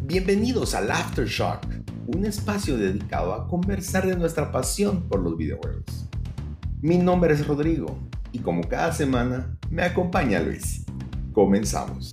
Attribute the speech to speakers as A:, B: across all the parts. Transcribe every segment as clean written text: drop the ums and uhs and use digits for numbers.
A: Bienvenidos al Aftershock, un espacio dedicado a conversar de nuestra pasión por los videojuegos. Mi nombre es Rodrigo y como cada semana me acompaña Luis. Comenzamos.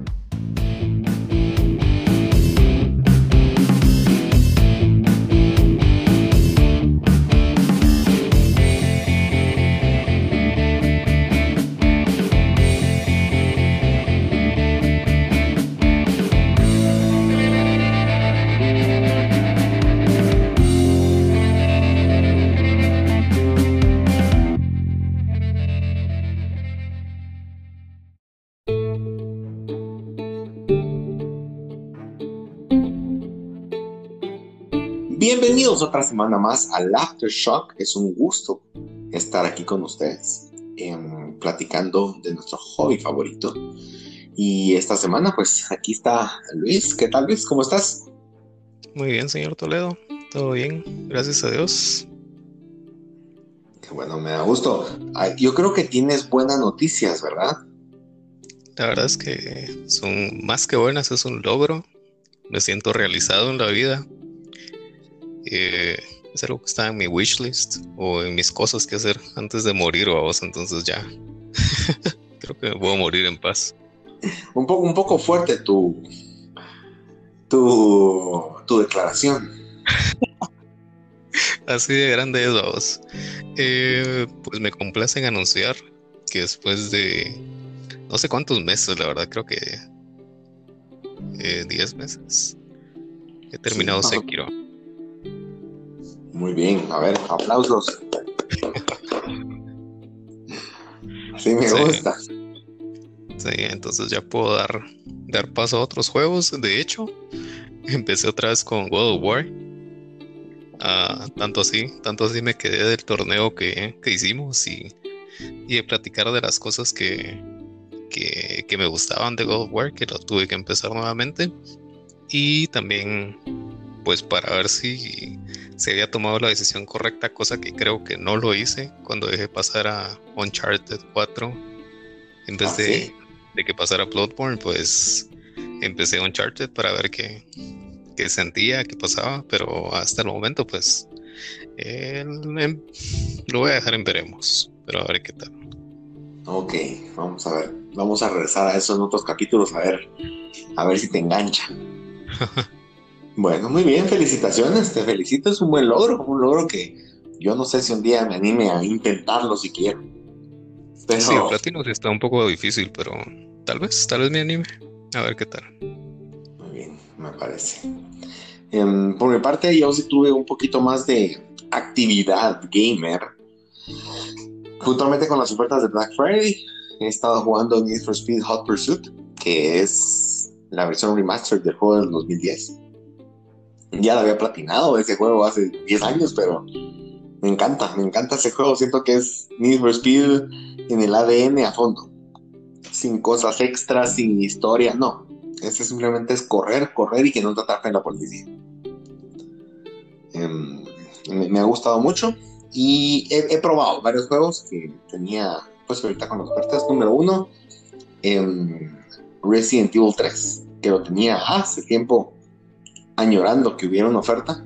A: Bienvenidos otra semana más al Aftershock. Es un gusto estar aquí con ustedes, platicando de nuestro hobby favorito. Y esta semana, pues, aquí está Luis. ¿Qué tal, Luis? ¿Cómo estás?
B: Muy bien, señor Toledo. Todo bien, gracias a Dios.
A: Qué bueno, me da gusto. Yo creo que tienes buenas noticias, ¿verdad?
B: La verdad es que son más que buenas, es un logro. Me siento realizado en la vida. Es algo que está en mi wishlist o en mis cosas que hacer antes de morir o a vos, entonces ya. Creo que me puedo morir en paz.
A: Un poco fuerte tu declaración.
B: Así de grande es a vos. Pues me complace en anunciar que después de no sé cuántos meses, la verdad, creo que 10 meses, he terminado
A: Sí,
B: Sekiro.
A: muy bien, a ver, aplausos. Así me
B: Sí.
A: gusta.
B: Sí, entonces ya puedo dar paso a otros juegos. De hecho, empecé otra vez con God of War. Tanto así me quedé del torneo que hicimos y de platicar de las cosas que me gustaban de God of War, que lo tuve que empezar nuevamente. Y también, pues, para ver si se había tomado la decisión correcta, cosa que creo que no lo hice cuando dejé pasar a Uncharted 4 en vez
A: ¿Sí?
B: de que pasara Bloodborne. Pues empecé Uncharted para ver qué sentía, qué pasaba, pero hasta el momento pues lo voy a dejar en veremos, pero a ver qué tal.
A: Ok, vamos a ver. Vamos a regresar a eso en otros capítulos, a ver si te engancha. Bueno, muy bien, felicitaciones, te felicito, es un un logro que yo no sé si un día me anime a intentarlo si quiero.
B: Sí, el
A: Pero,
B: platino sí está un poco difícil, pero tal vez me anime, a ver qué tal.
A: muy bien, me parece. Por mi parte, yo sí tuve un poquito más de actividad gamer. Juntamente con las ofertas de Black Friday, he estado jugando Need for Speed Hot Pursuit, que es la versión remastered del juego del 2010. Ya lo había platinado ese juego hace 10 años, pero me encanta ese juego. Siento que es Need for Speed en el ADN a fondo, sin cosas extras, sin historia, no. Este simplemente es correr y que no te atrapen la policía. Me ha gustado mucho y he probado varios juegos que tenía, pues ahorita con las ofertas. Número uno, Resident Evil 3, que lo tenía hace tiempo añorando que hubiera una oferta.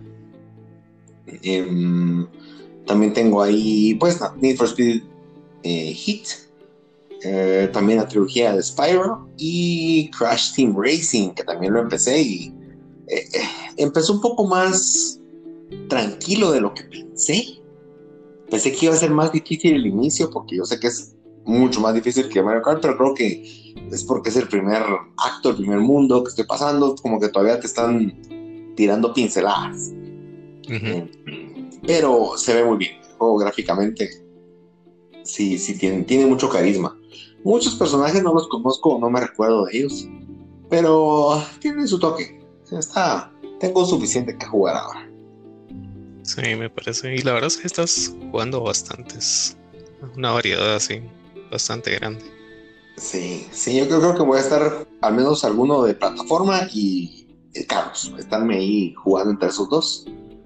A: También tengo ahí, pues, Need for Speed Heat, también la trilogía de Spyro y Crash Team Racing, que también lo empecé y empezó un poco más tranquilo de lo que pensé. Pensé que iba a ser más difícil el inicio, porque yo sé que es mucho más difícil que Mario Kart, pero creo que es porque es el primer acto, el primer mundo que estoy pasando, como que todavía te están tirando pinceladas.
B: Uh-huh.
A: Pero se ve muy bien. El juego gráficamente sí tiene mucho carisma. Muchos personajes no los conozco, no me recuerdo de ellos, pero tienen su toque. Tengo suficiente que jugar ahora.
B: Sí, me parece. Y la verdad es que estás jugando bastantes, una variedad así, bastante grande.
A: Sí, yo creo que voy a estar al menos alguno de plataforma y carros, estarme ahí jugando entre esos dos.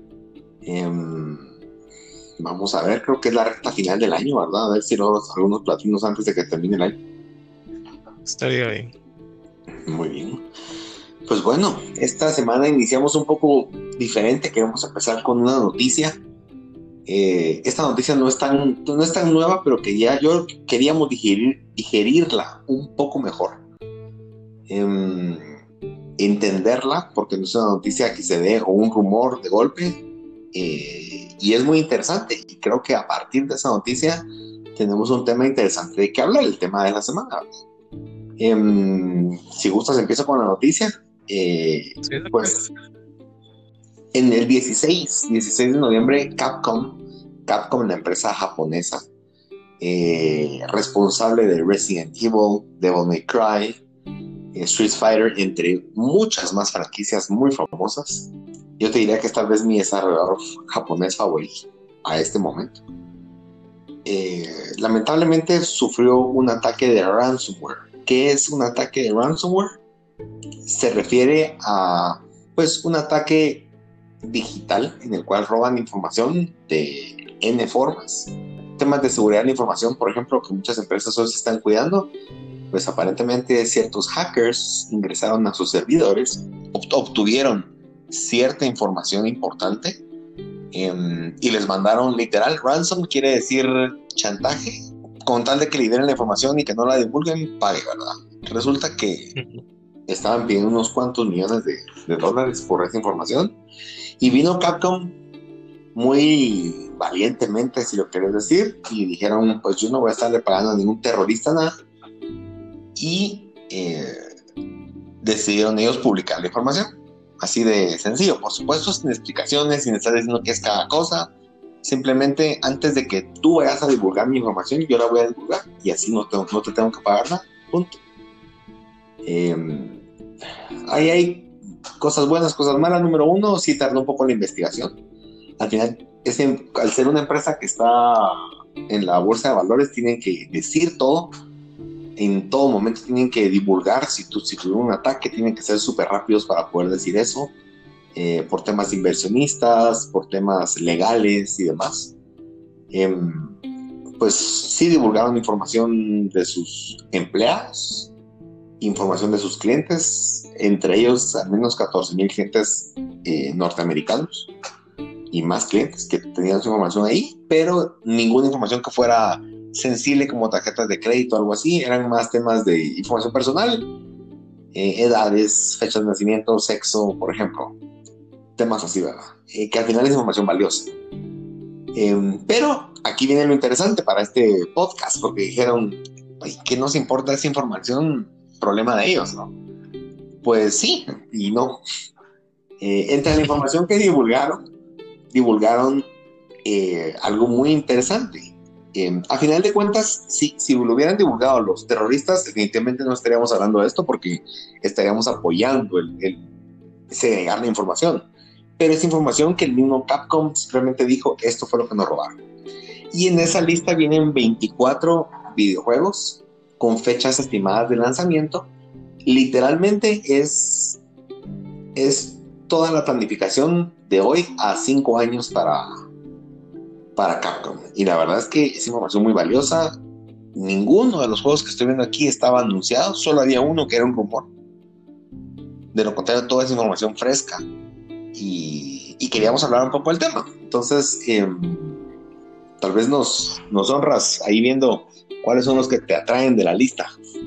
A: Vamos a ver, creo que es la recta final del año, ¿verdad? A ver si logro algunos platinos antes de que termine el año.
B: Estaría bien.
A: Muy bien. Pues bueno, esta semana iniciamos un poco diferente. Queremos empezar con una noticia. Esta noticia no es tan nueva, pero que ya yo queríamos digerirla un poco mejor. Entenderla, porque no es una noticia que se dé o un rumor de golpe. Y es muy interesante. Y creo que a partir de esa noticia tenemos un tema interesante de que hablar, el tema de la semana. Si gustas, empiezo con la noticia.
B: Sí,
A: Pues en el 16 de noviembre, Capcom, la empresa japonesa, responsable de Resident Evil, Devil May Cry, Street Fighter, entre muchas más franquicias muy famosas. Yo te diría que es tal vez mi desarrollador japonés favorito a este momento. Lamentablemente sufrió un ataque de ransomware. ¿Qué es un ataque de ransomware? Se refiere a pues un ataque digital en el cual roban información de N formas. Temas de seguridad de la información, por ejemplo, que muchas empresas hoy se están cuidando, pues aparentemente ciertos hackers ingresaron a sus servidores, obtuvieron cierta información importante y les mandaron literal ransom, quiere decir chantaje, con tal de que liberen la información y que no la divulguen, pague, ¿verdad? Resulta que estaban pidiendo unos cuantos millones de dólares por esa información y vino Capcom muy valientemente, si lo querés decir, y dijeron, pues yo no voy a estarle pagando a ningún terrorista nada, y decidieron ellos publicar la información, así de sencillo, por supuesto, sin explicaciones, sin estar diciendo qué es cada cosa, simplemente antes de que tú vayas a divulgar mi información, yo la voy a divulgar, y así no te tengo que pagar nada, punto. Ahí hay cosas buenas, cosas malas. Número uno, sí tardó un poco la investigación. Al final, al ser una empresa que está en la bolsa de valores, tienen que decir todo. En todo momento tienen que divulgar. Si tuvieron un ataque, tienen que ser súper rápidos para poder decir eso. Por temas inversionistas, por temas legales y demás. Pues sí divulgaron información de sus empleados, información de sus clientes, entre ellos al menos 14,000 clientes norteamericanos y más clientes que tenían su información ahí, pero ninguna información que fuera sensible como tarjetas de crédito o algo así, eran más temas de información personal, edades, fechas de nacimiento, sexo, por ejemplo, temas así, ¿verdad? Que al final es información valiosa. Pero aquí viene lo interesante para este podcast, porque dijeron, ¿qué nos importa esa información? Problema de ellos, ¿no? Pues sí y no. Entre la información que divulgaron algo muy interesante. A final de cuentas, si lo hubieran divulgado los terroristas, definitivamente no estaríamos hablando de esto porque estaríamos apoyando el segregar la información. Pero es información que el mismo Capcom simplemente dijo, esto fue lo que nos robaron. Y en esa lista vienen 24 videojuegos con fechas estimadas de lanzamiento. Literalmente es toda la planificación de hoy a 5 años para Capcom. Y la verdad es que es información muy valiosa. Ninguno de los juegos que estoy viendo aquí estaba anunciado, solo había uno que era un rumor. De lo contrario, toda esa información fresca. Y queríamos hablar un poco del tema. Entonces, tal vez nos honras ahí viendo cuáles son los que te atraen de la lista.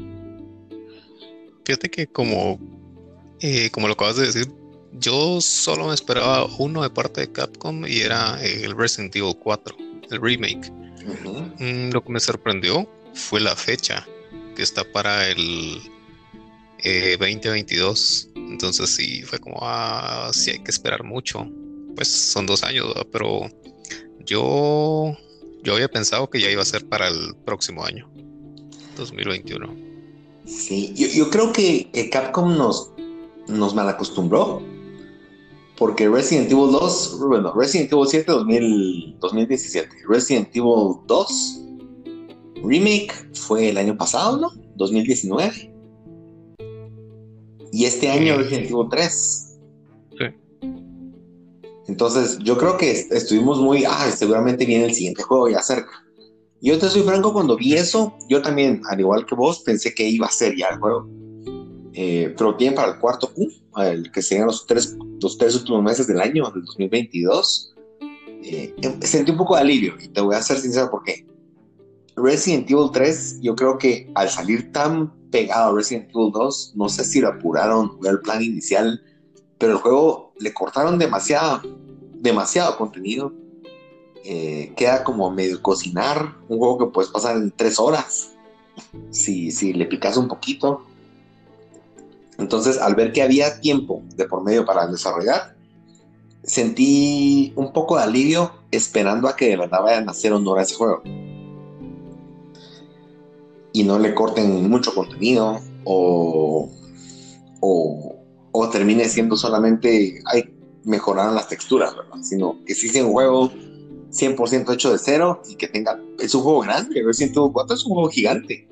B: Fíjate que como lo acabas de decir, yo solo me esperaba uno de parte de Capcom y era el Resident Evil 4, el remake. Uh-huh. Lo que me sorprendió fue la fecha, que está para el 2022. Entonces sí, fue como, sí hay que esperar mucho. Pues son 2 años, ¿verdad? Pero yo había pensado que ya iba a ser para el próximo año, 2021.
A: Sí, yo creo que Capcom nos malacostumbró, porque Resident Evil 2, bueno, Resident Evil 7 2017, Resident Evil 2 Remake fue el año pasado, ¿no? 2019. Y este año Resident Evil 3.
B: Sí.
A: Entonces yo creo que estuvimos muy, seguramente viene el siguiente juego ya cerca. Yo te soy franco, cuando vi eso, yo también, al igual que vos, pensé que iba a ser ya el juego. pero tienen para el cuarto Q, el que serían los tres últimos meses del año, del 2022. Sentí un poco de alivio, y te voy a ser sincero por qué. Resident Evil 3, yo creo que al salir tan pegado a Resident Evil 2, no sé si lo apuraron o el plan inicial, pero el juego le cortaron demasiado contenido. Queda como medio cocinar, un juego que puedes pasar en 3 horas, si le picas un poquito. Entonces, al ver que había tiempo de por medio para desarrollar, sentí un poco de alivio esperando a que de verdad vayan a hacer honor a ese juego y no le corten mucho contenido o termine siendo solamente mejoraron las texturas, ¿verdad? Sino que sí sea un juego 100% hecho de cero y que es un juego grande. Resident Evil 4 es un juego gigante.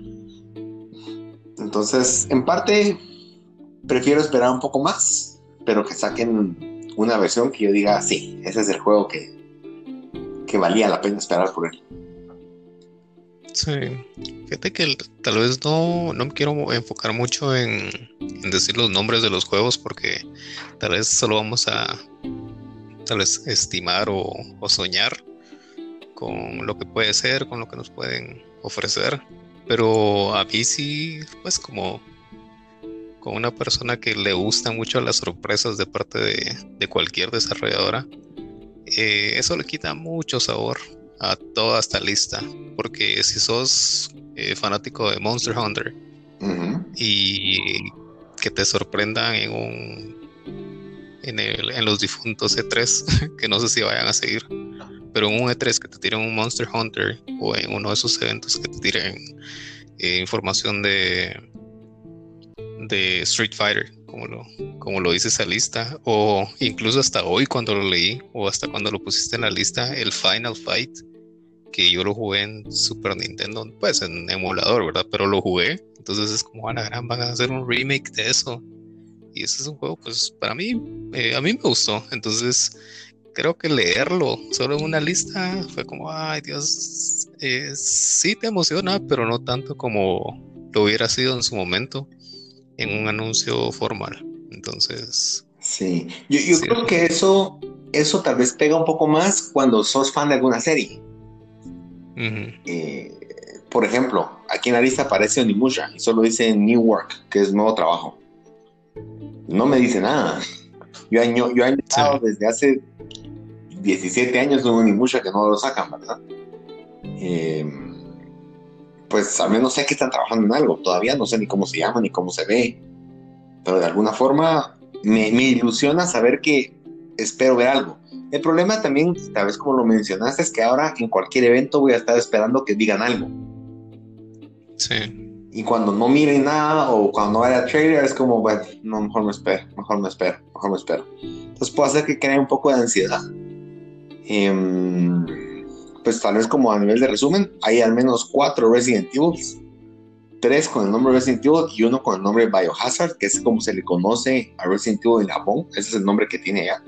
A: Entonces, en parte, prefiero esperar un poco más, pero que saquen una versión que yo diga, sí, ese es el juego que valía la pena esperar por él.
B: Sí, fíjate que tal vez no me quiero enfocar mucho en decir los nombres de los juegos porque tal vez solo vamos a tal vez estimar o soñar con lo que puede ser, con lo que nos pueden ofrecer. Pero a mí sí, pues como una persona que le gustan mucho las sorpresas de parte de cualquier desarrolladora, eso le quita mucho sabor a toda esta lista. Porque si sos fanático de Monster Hunter y que te sorprendan en los difuntos E3, que no sé si vayan a seguir, pero en un E3 que te tiren un Monster Hunter o en uno de esos eventos que te tiren información de Street Fighter, como lo dice esa lista, o incluso hasta hoy cuando lo leí, o hasta cuando lo pusiste en la lista, el Final Fight, que yo lo jugué en Super Nintendo, pues en emulador, ¿verdad? Pero lo jugué, entonces es como, a la gran, van a hacer un remake de eso. Y ese es un juego, pues para mí, a mí me gustó, entonces creo que leerlo solo en una lista fue como, ay Dios, sí te emociona, pero no tanto como lo hubiera sido en su momento en un anuncio formal. Entonces,
A: Sí, yo
B: sí,
A: creo que eso tal vez pega un poco más cuando sos fan de alguna serie.
B: uh-huh.
A: Por ejemplo, aquí en la lista aparece Onimusha y solo dice New Work, que es nuevo trabajo. No me dice nada. Yo he añorado
B: Sí,
A: desde hace 17 años un Onimusha que no lo sacan, ¿verdad? Pues al menos sé que están trabajando en algo. Todavía no sé ni cómo se llama ni cómo se ve, pero de alguna forma me ilusiona saber que espero ver algo. El problema también, tal vez como lo mencionaste, es que ahora en cualquier evento voy a estar esperando que digan algo.
B: sí,
A: Y cuando no miren nada o cuando no vaya trailer es como, bueno, no, mejor me espero. Entonces puede hacer que cree un poco de ansiedad. Pues tal vez como a nivel de resumen, hay al menos 4 Resident Evil, 3 con el nombre Resident Evil y uno con el nombre Biohazard, que es como se le conoce a Resident Evil en Japón. Ese es el nombre que tiene allá.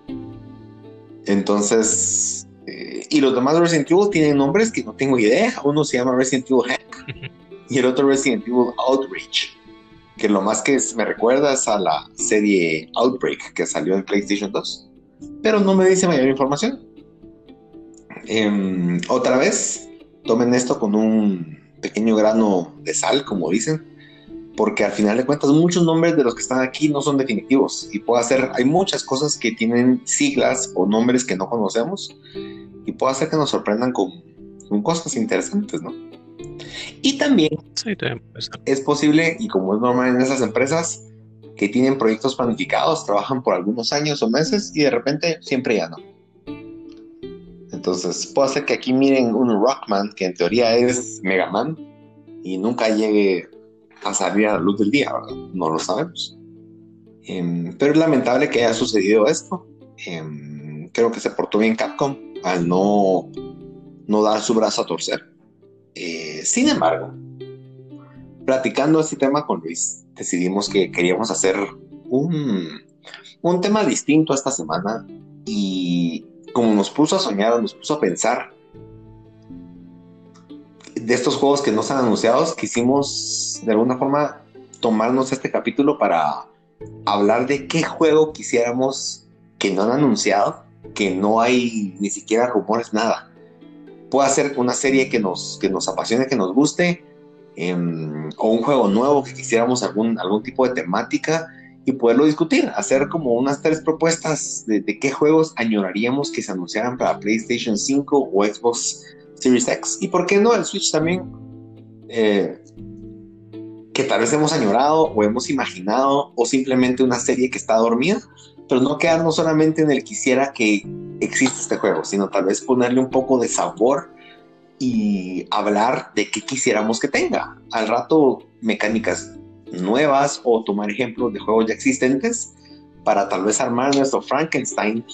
A: Entonces, y los demás Resident Evil tienen nombres que no tengo idea. Uno se llama Resident Evil Hack y el otro Resident Evil Outrage, que lo más que me recuerda es a la serie Outbreak que salió en PlayStation 2, pero no me dice mayor información. Otra vez, tomen esto con un pequeño grano de sal, como dicen, porque al final de cuentas muchos nombres de los que están aquí no son definitivos y hay muchas cosas que tienen siglas o nombres que no conocemos y puede hacer que nos sorprendan con cosas interesantes, ¿no? Y también
B: sí, también puede ser.
A: es posible, y como es normal en esas empresas, que tienen proyectos planificados, trabajan por algunos años o meses y de repente siempre ya no. Entonces puede ser que aquí miren un Rockman que en teoría es Mega Man y nunca llegue a salir a la luz del día, ¿verdad? No lo sabemos. Pero es lamentable que haya sucedido esto. Creo que se portó bien Capcom al no dar su brazo a torcer. Sin embargo, platicando este tema con Luis, decidimos que queríamos hacer un tema distinto esta semana y como nos puso a soñar, nos puso a pensar de estos juegos que no están anunciados, quisimos de alguna forma tomarnos este capítulo para hablar de qué juego quisiéramos que no han anunciado, que no hay ni siquiera rumores, nada. Puede ser una serie que nos apasione, que nos guste, o un juego nuevo que quisiéramos algún tipo de temática y poderlo discutir, hacer como unas 3 propuestas de qué juegos añoraríamos que se anunciaran para PlayStation 5 o Xbox Series X, y por qué no el Switch también, que tal vez hemos añorado o hemos imaginado, o simplemente una serie que está dormida, pero no quedarnos solamente en el quisiera que existe este juego, sino tal vez ponerle un poco de sabor y hablar de qué quisiéramos que tenga. Al rato, mecánicas nuevas o tomar ejemplos de juegos ya existentes para tal vez armar nuestro Frankenstein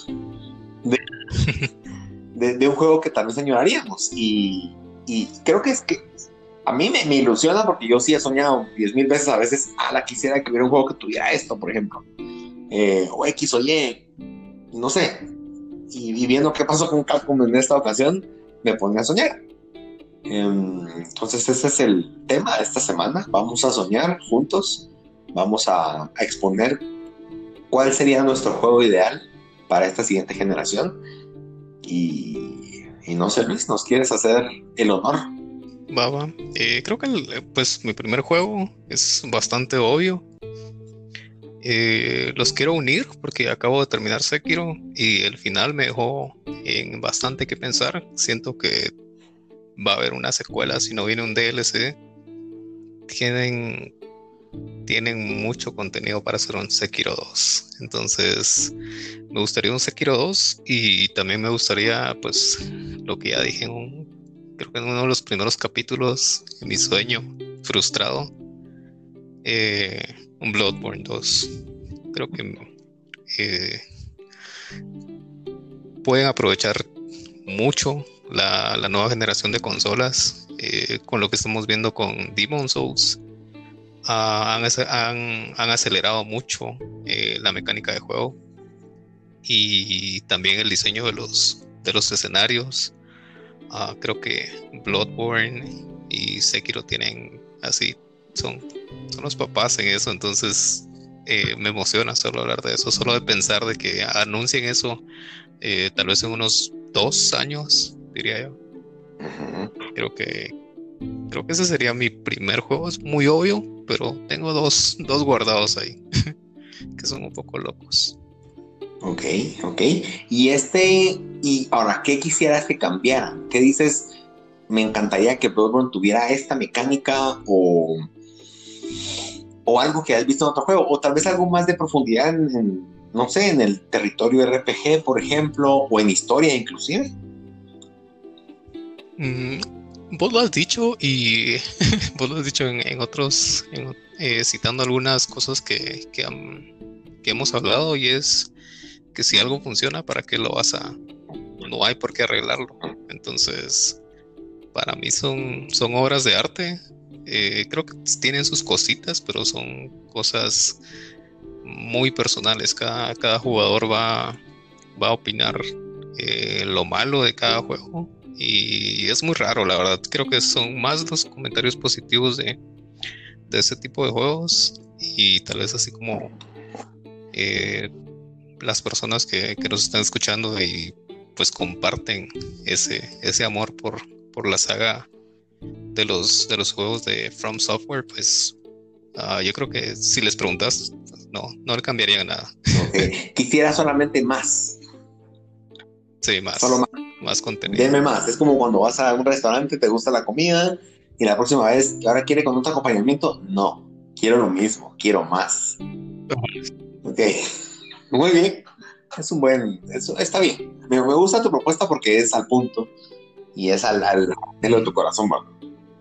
A: de un juego que tal vez añoraríamos. Y creo que es que a mí me ilusiona, porque yo sí he soñado 10,000 veces a veces, la quisiera que hubiera un juego que tuviera esto, por ejemplo, o X o Y, no sé. Y viendo qué pasó con Capcom en esta ocasión, me pone a soñar. Entonces ese es el tema de esta semana. Vamos a soñar juntos, vamos a exponer cuál sería nuestro juego ideal para esta siguiente generación. Y no sé, Luis, ¿nos quieres hacer el honor?
B: Va. Creo que pues mi primer juego es bastante obvio. Los quiero unir porque acabo de terminar Sekiro y el final me dejó en bastante que pensar. Siento que va a haber una secuela si no viene un DLC. Tienen mucho contenido para hacer un Sekiro 2. Entonces me gustaría un Sekiro 2 y también me gustaría, pues, lo que ya dije creo que en uno de los primeros capítulos, en mi sueño frustrado, un Bloodborne 2. Creo que pueden aprovechar mucho la nueva generación de consolas, con lo que estamos viendo con Demon's Souls. Han acelerado mucho la mecánica de juego y también el diseño de los escenarios. Creo que Bloodborne y Sekiro tienen así, son los papás en eso. Entonces me emociona solo hablar de eso, solo de pensar de que anuncien eso, tal vez en unos 2 años, diría yo.
A: Uh-huh.
B: Creo que ese sería mi primer juego. Es muy obvio, pero tengo dos guardados ahí que son un poco locos.
A: Ok. Y ahora, ¿qué quisieras que cambiaran? ¿Qué dices? Me encantaría que Bloodborne tuviera esta mecánica, o algo que has visto en otro juego, o tal vez algo más de profundidad no sé, en el territorio RPG, por ejemplo, o en historia inclusive.
B: Vos lo has dicho y vos lo has dicho en otros, citando algunas cosas que hemos hablado, y es que si algo funciona, ¿para qué lo vas a...? No hay por qué arreglarlo. Entonces, para mí son obras de arte. Creo que tienen sus cositas, pero son cosas muy personales. Cada jugador va a opinar lo malo de cada juego, y es muy raro, la verdad. Creo que son más los comentarios positivos de ese tipo de juegos, y tal vez así como las personas que nos están escuchando y pues comparten ese amor por la saga de los juegos de From Software, pues yo creo que si les preguntas, no le cambiaría nada.
A: Okay. Quisiera solamente más.
B: Sí,
A: Solo
B: más contenido.
A: Deme más. Es como cuando vas a un restaurante, te gusta la comida, y la próxima vez, ¿ahora quiere con otro acompañamiento? No, quiero lo mismo, quiero más. Ok, muy bien. Es un buen, eso está bien. Me gusta tu propuesta porque es al punto y es al de tu corazón, va.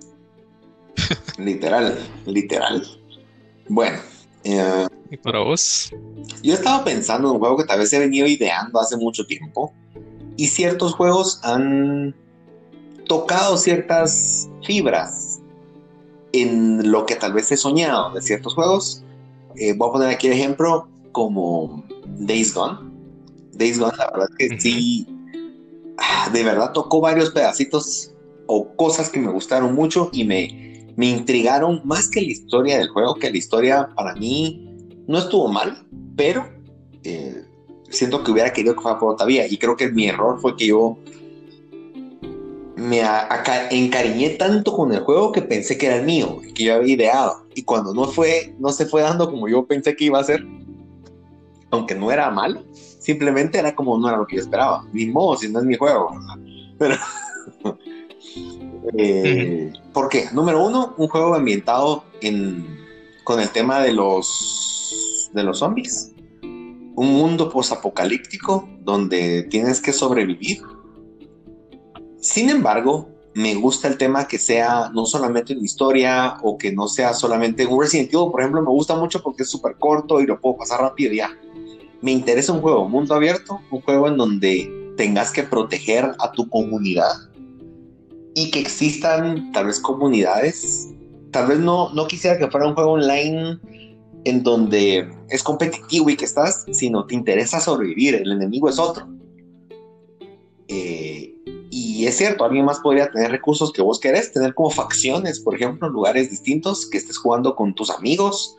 A: Literal. Bueno,
B: ¿Y para vos?
A: yo estaba pensando en un juego que tal vez he venido ideando hace mucho tiempo, y ciertos juegos han tocado ciertas fibras en lo que tal vez he soñado de ciertos juegos. Voy a poner aquí el ejemplo como Days Gone. Days Gone, la verdad que sí, de verdad tocó varios pedacitos o cosas que me gustaron mucho, y me me intrigaron más que la historia del juego, que la historia para mí no estuvo mal, pero siento que hubiera querido que fuera por otra vía, y creo que mi error fue que yo me encariñé tanto con el juego que pensé que era el mío, que yo había ideado, y cuando no se fue dando como yo pensé que iba a ser, aunque no era malo, simplemente era como no era lo que yo esperaba, ni modo si no es mi juego, ¿verdad? Pero ¿por qué? Número uno, un juego ambientado con el tema de los zombies, un mundo posapocalíptico donde tienes que sobrevivir. Sin embargo, me gusta el tema que sea no solamente una historia, o que no sea solamente un Resident Evil, por ejemplo, me gusta mucho porque es súper corto y lo puedo pasar rápido y ya. Me interesa un juego mundo abierto, un juego en donde tengas que proteger a tu comunidad y que existan tal vez comunidades. Tal vez no quisiera que fuera un juego online en donde es competitivo y que estás, sino te interesa sobrevivir, el enemigo es otro. Y es cierto, alguien más podría tener recursos que vos querés, tener como facciones, por ejemplo, en lugares distintos, que estés jugando con tus amigos,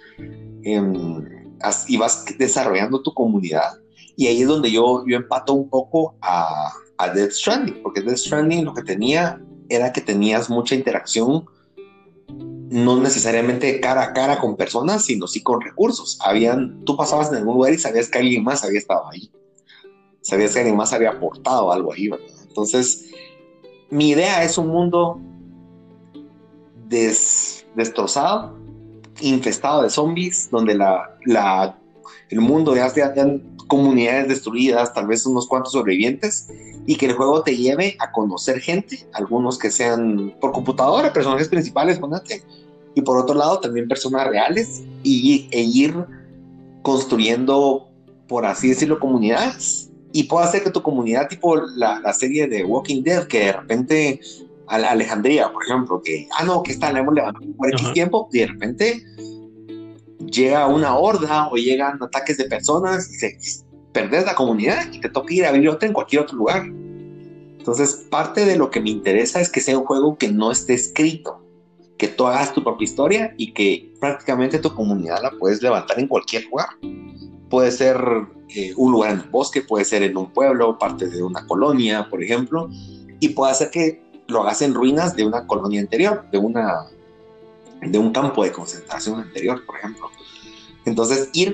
A: y vas desarrollando tu comunidad. Y ahí es donde yo empato un poco a Death Stranding, porque Death Stranding lo que tenía era que tenías mucha interacción, no necesariamente cara a cara con personas, sino sí con recursos. Tú pasabas en algún lugar y sabías que alguien más había estado ahí, sabías que alguien más había aportado algo ahí, ¿verdad? Entonces, mi idea es un mundo destrozado, infestado de zombies, donde el mundo ya comunidades destruidas, tal vez unos cuantos sobrevivientes, y que el juego te lleve a conocer gente, algunos que sean por computadora, personajes principales, ponete, y por otro lado también personas reales, e ir construyendo, por así decirlo, comunidades. Y puede hacer que tu comunidad, tipo la serie de Walking Dead, que de repente Alejandría, por ejemplo, que no, que está, la hemos levantado por X tiempo, y de repente llega una horda o llegan ataques de personas y perdés la comunidad y te toca ir a abrir otra en cualquier otro lugar. Entonces, parte de lo que me interesa es que sea un juego que no esté escrito, que tú hagas tu propia historia y que prácticamente tu comunidad la puedes levantar en cualquier lugar. Puede ser un lugar en el bosque, puede ser en un pueblo, parte de una colonia, por ejemplo, y puede ser que lo hagas en ruinas de una colonia anterior, de un campo de concentración anterior, por ejemplo. Entonces, ir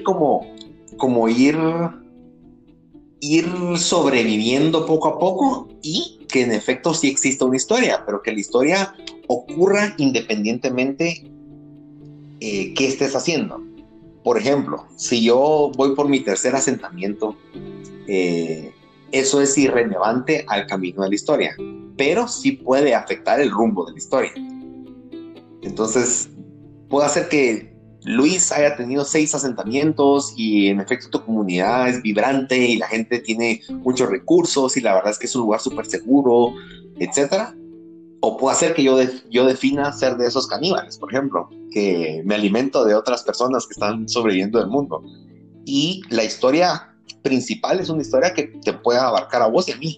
A: ir sobreviviendo poco a poco, y que en efecto sí exista una historia, pero que la historia ocurra independientemente qué estés haciendo. Por ejemplo, si yo voy por mi tercer asentamiento, eso es irrelevante al camino de la historia, pero sí puede afectar el rumbo de la historia. Entonces, puede hacer que Luis haya tenido 6 asentamientos y en efecto tu comunidad es vibrante y la gente tiene muchos recursos y la verdad es que es un lugar súper seguro, etcétera. O puede ser que yo defina ser de esos caníbales, por ejemplo, que me alimento de otras personas que están sobreviviendo del mundo. Y la historia principal es una historia que te pueda abarcar a vos y a mí.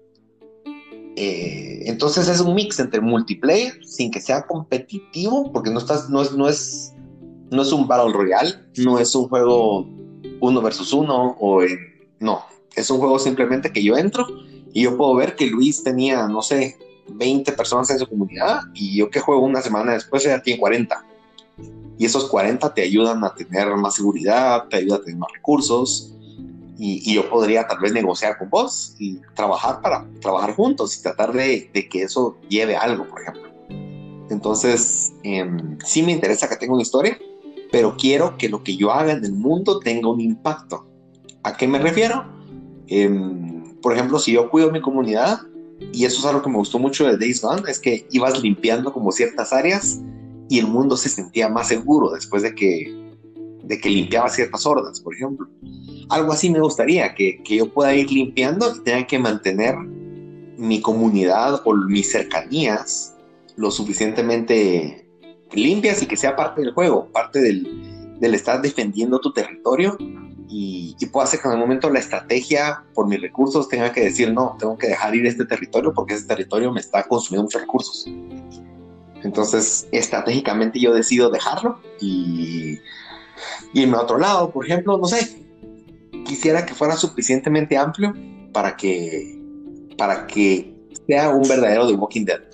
A: Entonces es un mix entre multiplayer, sin que sea competitivo, porque no es un Battle Royale, no es un juego 1 versus 1, no, es un juego simplemente que yo entro y yo puedo ver que Luis tenía, no sé, 20 personas en su comunidad, y yo que juego una semana después ya tiene 40, y esos 40 te ayudan a tener más seguridad, te ayudan a tener más recursos, y yo podría tal vez negociar con vos y trabajar juntos y tratar de que eso lleve a algo, por ejemplo. Entonces, sí me interesa que tenga una historia, pero quiero que lo que yo haga en el mundo tenga un impacto. ¿A qué me refiero? Por ejemplo, si yo cuido mi comunidad, y eso es algo que me gustó mucho de Days Gone, es que ibas limpiando como ciertas áreas y el mundo se sentía más seguro después de que limpiaba ciertas hordas, por ejemplo. Algo así me gustaría, que yo pueda ir limpiando y tenga que mantener mi comunidad o mis cercanías lo suficientemente limpias y que sea parte del juego, parte del estar defendiendo tu territorio, y puedo hacer que en el momento la estrategia por mis recursos tenga que decir no, tengo que dejar ir este territorio porque ese territorio me está consumiendo muchos recursos. Entonces, estratégicamente yo decido dejarlo y irme a otro lado, por ejemplo, no sé, quisiera que fuera suficientemente amplio para que, para que sea un verdadero The Walking Dead.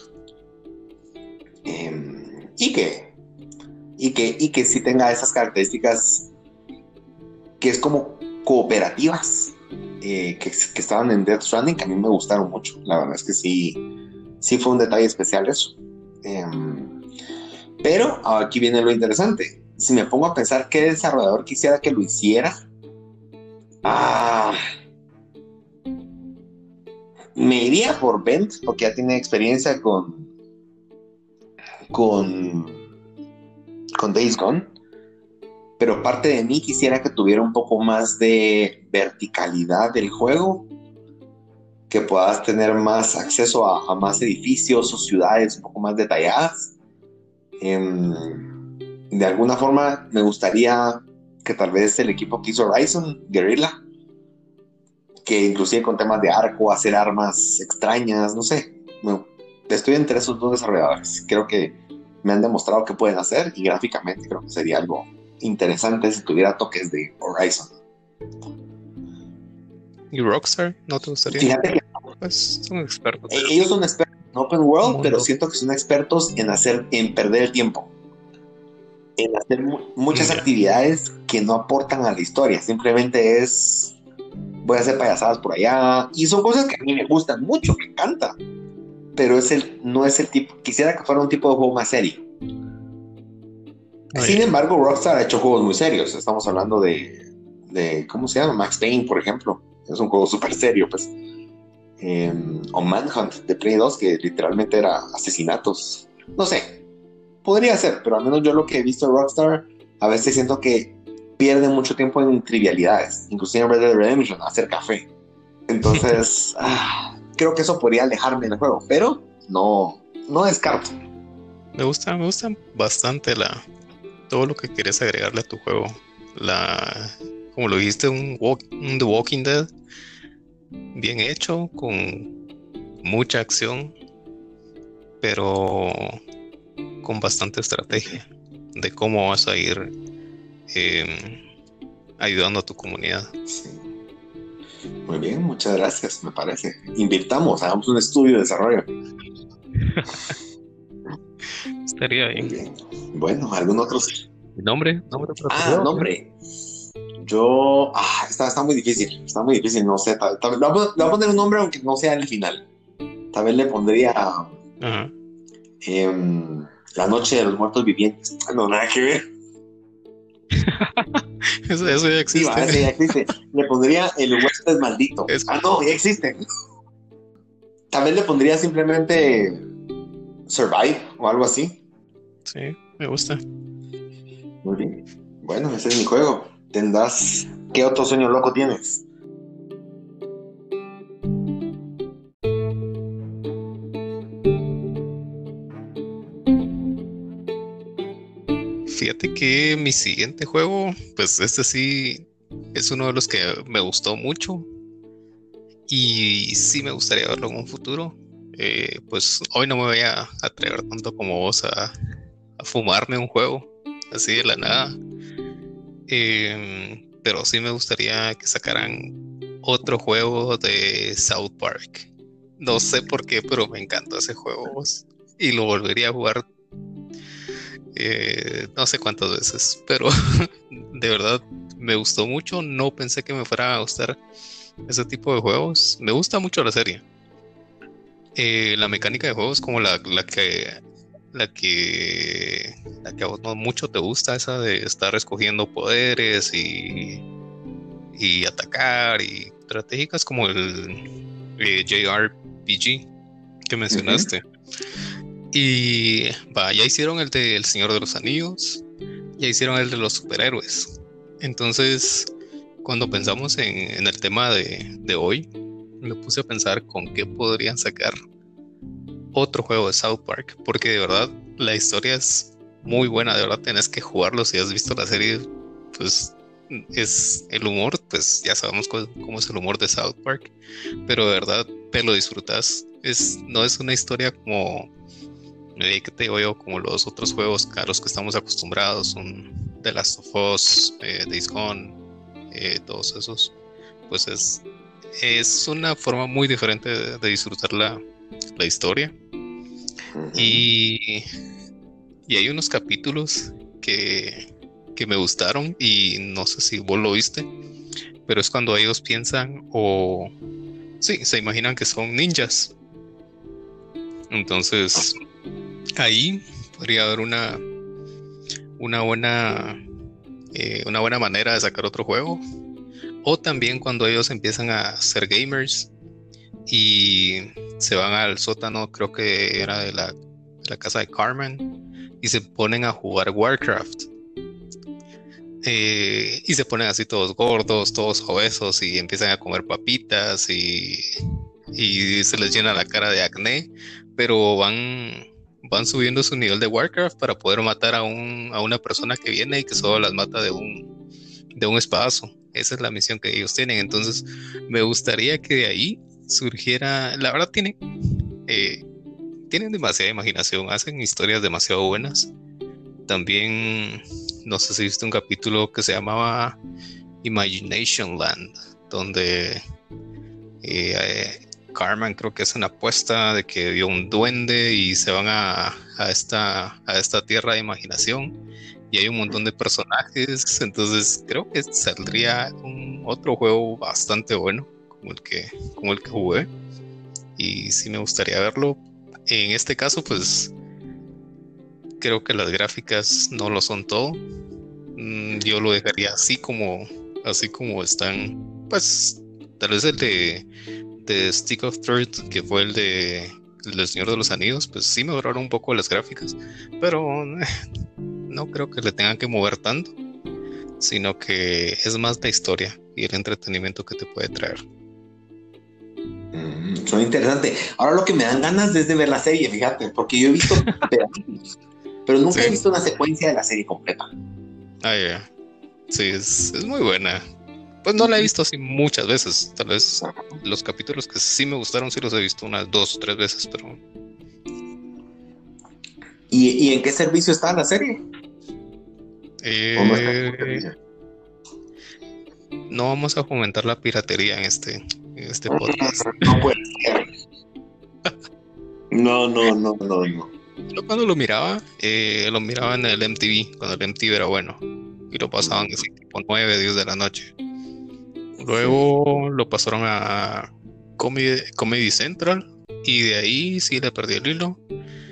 A: Y que sí tenga esas características que es como cooperativas, que estaban en Death Stranding, que a mí me gustaron mucho. La verdad es que sí fue un detalle especial eso. Pero aquí viene lo interesante. Si me pongo a pensar qué desarrollador quisiera que lo hiciera, ah, me iría por Bent, porque ya tiene experiencia con, con Days Gone. Pero parte de mí quisiera que tuviera un poco más de verticalidad del juego, que puedas tener más acceso a más edificios o ciudades un poco más detalladas. De alguna forma me gustaría que tal vez el equipo que hizo Horizon, Guerrilla, que inclusive con temas de arco, hacer armas extrañas, no sé, estoy entre esos dos desarrolladores. Creo que me han demostrado que pueden hacer y gráficamente creo que sería algo interesante si tuviera toques de Horizon.
B: ¿Y Rockstar? ¿No te gustaría?
A: Fíjate que
B: Pues son expertos.
A: ellos son expertos en Open World,
B: Mundo.
A: pero siento que son expertos en perder el tiempo, en hacer muchas actividades que no aportan a la historia. Simplemente es, voy a hacer payasadas por allá, y son cosas que a mí me gustan mucho, me encanta, pero no es el tipo, quisiera que fuera un tipo de juego más serio. Sin embargo, Rockstar ha hecho juegos muy serios. Estamos hablando de ¿cómo se llama? Max Payne, por ejemplo. Es un juego súper serio, pues. O Manhunt de Play 2, que literalmente era asesinatos. No sé, podría ser, pero al menos yo lo que he visto de Rockstar, a veces siento que pierden mucho tiempo en trivialidades, inclusive en Red Dead Redemption, hacer café. Entonces, creo que eso podría alejarme del juego, pero no descarto.
B: Me gusta bastante todo lo que quieres agregarle a tu juego. Como lo dijiste, un The Walking Dead bien hecho, con mucha acción, pero con bastante estrategia de cómo vas a ir ayudando a tu comunidad.
A: Sí. Muy bien, muchas gracias, me parece. Invirtamos, hagamos un estudio de desarrollo.
B: Estaría bien.
A: Muy bien. Bueno, ¿algún otro?
B: ¿Nombre?
A: Nombre. Yo, está muy difícil, no sé, le voy a poner un nombre aunque no sea el final. Tal vez le pondría La Noche de los Muertos Vivientes. No, nada que ver.
B: Eso ya existe.
A: Sí, ese ya existe. Le pondría El Huésped Maldito. No, ya existe. Tal vez le pondría simplemente Survive o algo así.
B: Sí, me gusta.
A: Muy bien. Bueno, ese es mi juego. ¿Qué otro sueño loco tienes?
B: Fíjate que mi siguiente juego, pues este sí es uno de los que me gustó mucho y sí me gustaría verlo en un futuro. Pues hoy no me voy a atrever tanto como vos a fumarme un juego así de la nada. Pero sí me gustaría que sacaran otro juego de South Park. No sé por qué, pero me encanta ese juego y lo volvería a jugar no sé cuántas veces, pero de verdad me gustó mucho. No pensé que me fuera a gustar ese tipo de juegos. Me gusta mucho la serie. La mecánica de juegos como la que a vos no mucho te gusta, esa de estar escogiendo poderes y atacar, y estratégicas como el JRPG que mencionaste. Y ya hicieron el de El Señor de los Anillos, ya hicieron el de los superhéroes. Entonces, cuando pensamos en el tema de hoy, me puse a pensar con qué podrían sacar otro juego de South Park, porque de verdad la historia es muy buena. De verdad tenés que jugarlo. Si has visto la serie, pues es el humor, pues ya sabemos cómo es el humor de South Park, pero de verdad te lo disfrutas. No es una historia como ¿Qué te digo yo? Como los otros juegos a los que estamos acostumbrados, un The Last of Us, Days Gone, todos esos, pues es una forma muy diferente de disfrutar la historia. Y hay unos capítulos que me gustaron y no sé si vos lo viste, pero es cuando ellos piensan o sí, se imaginan que son ninjas. Entonces ahí podría haber una buena manera de sacar otro juego. O también cuando ellos empiezan a ser gamers y se van al sótano, creo que era de la casa de Carmen, y se ponen a jugar Warcraft. Y se ponen así todos gordos, todos obesos, y empiezan a comer papitas y se les llena la cara de acné, pero van subiendo su nivel de Warcraft para poder matar a una persona que viene y que solo las mata de un espadazo. Esa es la misión que ellos tienen. Entonces me gustaría que de ahí surgiera, la verdad tienen demasiada imaginación, hacen historias demasiado buenas. También no sé si viste un capítulo que se llamaba Imagination Land, donde Carmen creo que es una apuesta de que vio un duende y se van a esta tierra de imaginación y hay un montón de personajes. Entonces creo que saldría otro juego bastante bueno como el que jugué, y sí me gustaría verlo. En este caso pues creo que las gráficas no lo son todo. Yo lo dejaría así como están. Pues tal vez el de Stick of Truth, que fue el del Señor de los Anillos, pues sí mejoraron un poco las gráficas, pero no creo que le tengan que mover tanto, sino que es más la historia y el entretenimiento que te puede traer.
A: Suena interesante. Ahora lo que me dan ganas es de ver la serie, fíjate, porque yo he visto pedazos, pero nunca he visto una secuencia de la serie completa.
B: Yeah. Sí, es muy buena. Pues no la he visto así muchas veces. Tal vez los capítulos que sí me gustaron sí los he visto unas 2 o 3 veces, pero...
A: ¿Y en qué servicio está la serie?
B: No vamos a fomentar la piratería en este podcast.
A: No puede ser. No.
B: Yo cuando lo miraba en el MTV, cuando el MTV era bueno, y lo pasaban así tipo 9, 10 de la noche. Luego lo pasaron a Comedy Central y de ahí sí le perdí el hilo.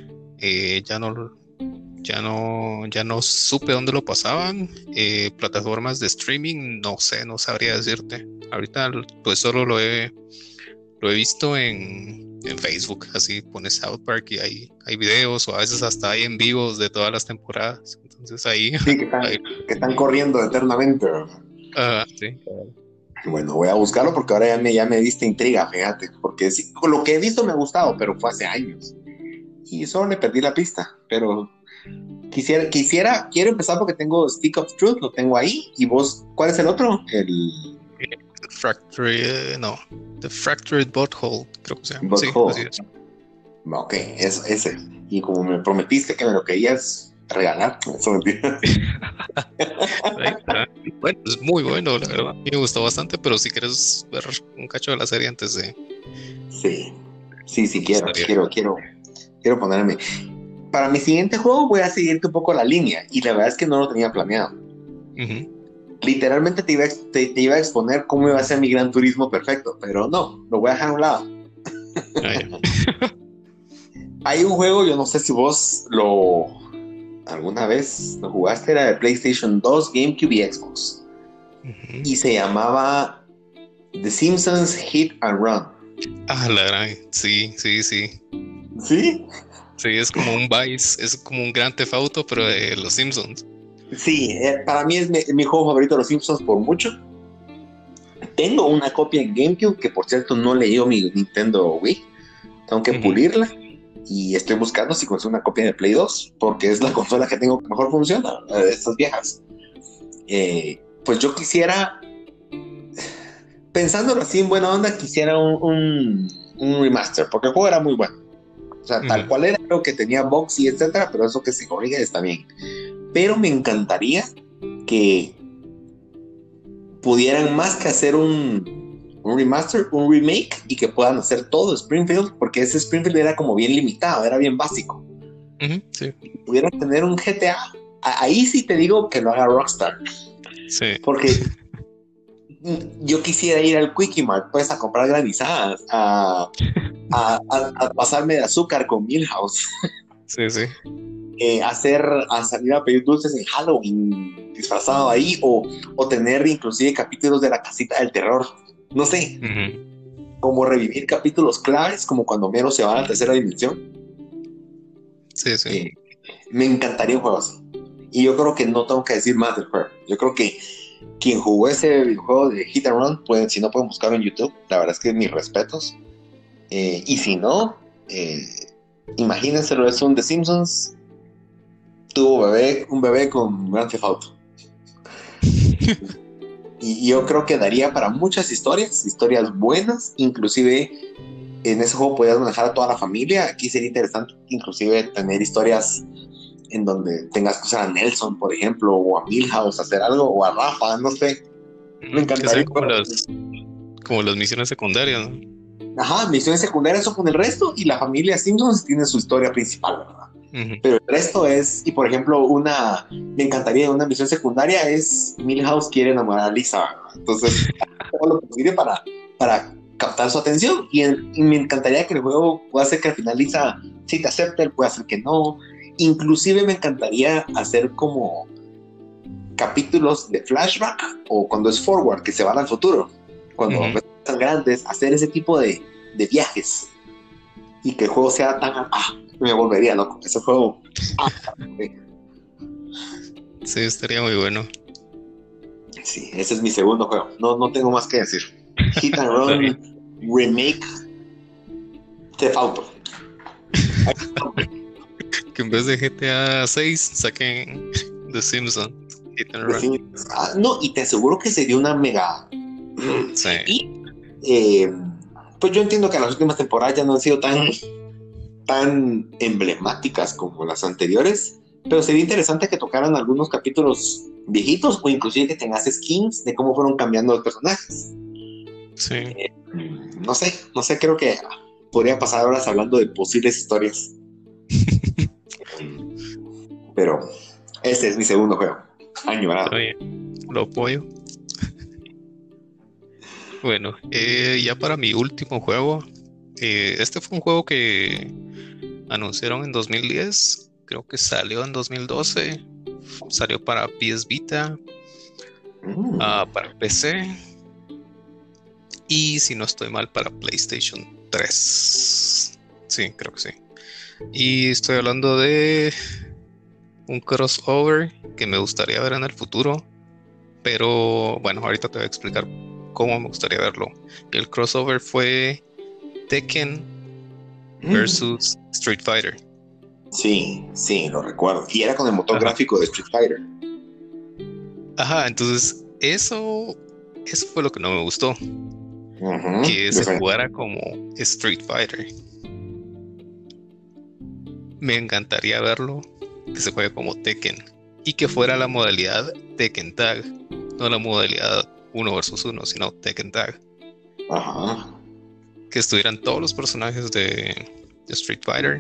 B: Ya no supe dónde lo pasaban. Plataformas de streaming, no sé, no sabría decirte. Ahorita pues solo lo he visto en Facebook. Así pones South Park y hay videos, o a veces hasta hay en vivos de todas las temporadas. Entonces ahí...
A: Sí, que están corriendo eternamente.
B: Sí.
A: Bueno, voy a buscarlo porque ahora ya me diste intriga, fíjate, porque sí, lo que he visto me ha gustado, pero fue hace años y solo le perdí la pista. Pero quiero empezar porque tengo Stick of Truth, lo tengo ahí. Y vos, ¿cuál es el otro?
B: The Fractured Butthole, creo que se llama.
A: Butthole.
B: Sí, así es.
A: Ok, ese. Y como me prometiste que me lo querías regalar, eso mentira.
B: Bueno, es muy bueno, la verdad. A mí me gustó bastante, pero si quieres ver un cacho de la serie antes de...
A: Sí, quiero ponerme. Para mi siguiente juego voy a seguirte un poco la línea, y la verdad es que no lo tenía planeado. Literalmente te iba a exponer cómo iba a ser mi Gran Turismo perfecto, pero no, lo voy a dejar a un lado. Hay un juego, yo no sé si vos alguna vez lo jugaste, era de PlayStation 2, GameCube y Xbox. Y se llamaba The Simpsons Hit and Run.
B: La gran, sí.
A: ¿Sí?
B: Sí, es como un Vice, es como un Grand Theft Auto, pero de los Simpsons.
A: Sí, para mí es mi juego favorito de los Simpsons por mucho. Tengo una copia en GameCube, que por cierto no le dio mi Nintendo Wii. Tengo que pulirla. Y estoy buscando si consigo una copia de Play 2, porque es la consola que tengo que mejor funciona, de estas viejas. Pues yo quisiera, pensándolo así en buena onda, quisiera un remaster, porque el juego era muy bueno. O sea, tal
B: Ujú.
A: cual era, creo que tenía box y etcétera, pero eso que se corrige está bien. Pero me encantaría que pudieran más que hacer un remaster, un remake y que puedan hacer todo Springfield, porque ese Springfield era como bien limitado, era bien básico.
B: Ujú, sí,
A: Pudieran tener un GTA, ahí sí te digo que lo haga Rockstar,
B: sí.
A: porque yo quisiera ir al Quickie Mart pues a comprar granizadas, a pasarme de azúcar con Milhouse,
B: Sí, sí.
A: a salir a pedir dulces en Halloween disfrazado ahí, o tener inclusive capítulos de la casita del terror, no sé,
B: Ujú.
A: como revivir capítulos claves, como cuando Mero se va a la tercera dimensión.
B: Sí, sí.
A: Eh, Me encantaría un juego así. Y yo creo que no tengo que decir más del juego. Yo creo que quien jugó ese videojuego de Hit and Run, pues, si no pueden buscarlo en YouTube, la verdad es que mis respetos. Y si no, eh, imagínenselo, es un The Simpsons, tuvo un bebé con Grand Theft Auto. Y yo creo que daría para muchas historias buenas, inclusive en ese juego podías manejar a toda la familia. Aquí sería interesante inclusive tener historias en donde tengas que usar a Nelson, por ejemplo, o a Milhouse hacer algo, o a Rafa, no sé. Me
B: Ujú, que sean
A: encantaría.
B: como las misiones secundarias, ¿no?
A: Ajá, misiones secundarias son con el resto y la familia Simpsons tiene su historia principal, ¿verdad?
B: Ujú.
A: Pero el resto es, y por ejemplo, me encantaría una misión secundaria es Milhouse quiere enamorar a Lisa, ¿verdad? Entonces, todo lo posible para captar su atención y me encantaría que el juego pueda hacer que al final Lisa sí te acepte, puede hacer que no. Inclusive me encantaría hacer como capítulos de flashback o cuando es forward, que se van al futuro, cuando
B: Ujú.
A: están grandes, hacer ese tipo de viajes y que el juego sea tan... me volvería loco. Ese juego...
B: Sí, estaría muy bueno.
A: Sí, ese es mi segundo juego. No tengo más que decir. Hit and
B: Está bien.
A: Run Remake Theft Auto.
B: Que en vez de GTA 6 saquen The Simpsons Hit and Run.
A: No, y te aseguro que sería una mega...
B: Sí.
A: Y pues yo entiendo que las últimas temporadas ya no han sido tan emblemáticas como las anteriores, pero sería interesante que tocaran algunos capítulos viejitos o inclusive que tengas skins de cómo fueron cambiando los personajes.
B: Sí.
A: No sé, creo que podría pasar horas hablando de posibles historias, pero este es mi segundo juego,
B: Está
A: añorado.
B: bien. Lo apoyo. Bueno, ya para mi último juego, este fue un juego que anunciaron en 2010, creo que salió en 2012, salió para PS Vita, para PC y si no estoy mal para PlayStation 3. Sí, creo que sí. Y estoy hablando de un crossover que me gustaría ver en el futuro, pero bueno, ahorita te voy a explicar cómo me gustaría verlo. El crossover fue Tekken versus Street Fighter.
A: Sí, lo recuerdo. Y era con el motor
B: Ajá.
A: gráfico de Street Fighter.
B: Ajá, entonces eso fue lo que no me gustó, que se
A: Diferente.
B: jugara como Street Fighter. Me encantaría verlo que se juegue como Tekken y que fuera la modalidad Tekken Tag, no la modalidad uno versus uno, sino Tekken Tag.
A: Ajá.
B: Que estuvieran todos los personajes de Street Fighter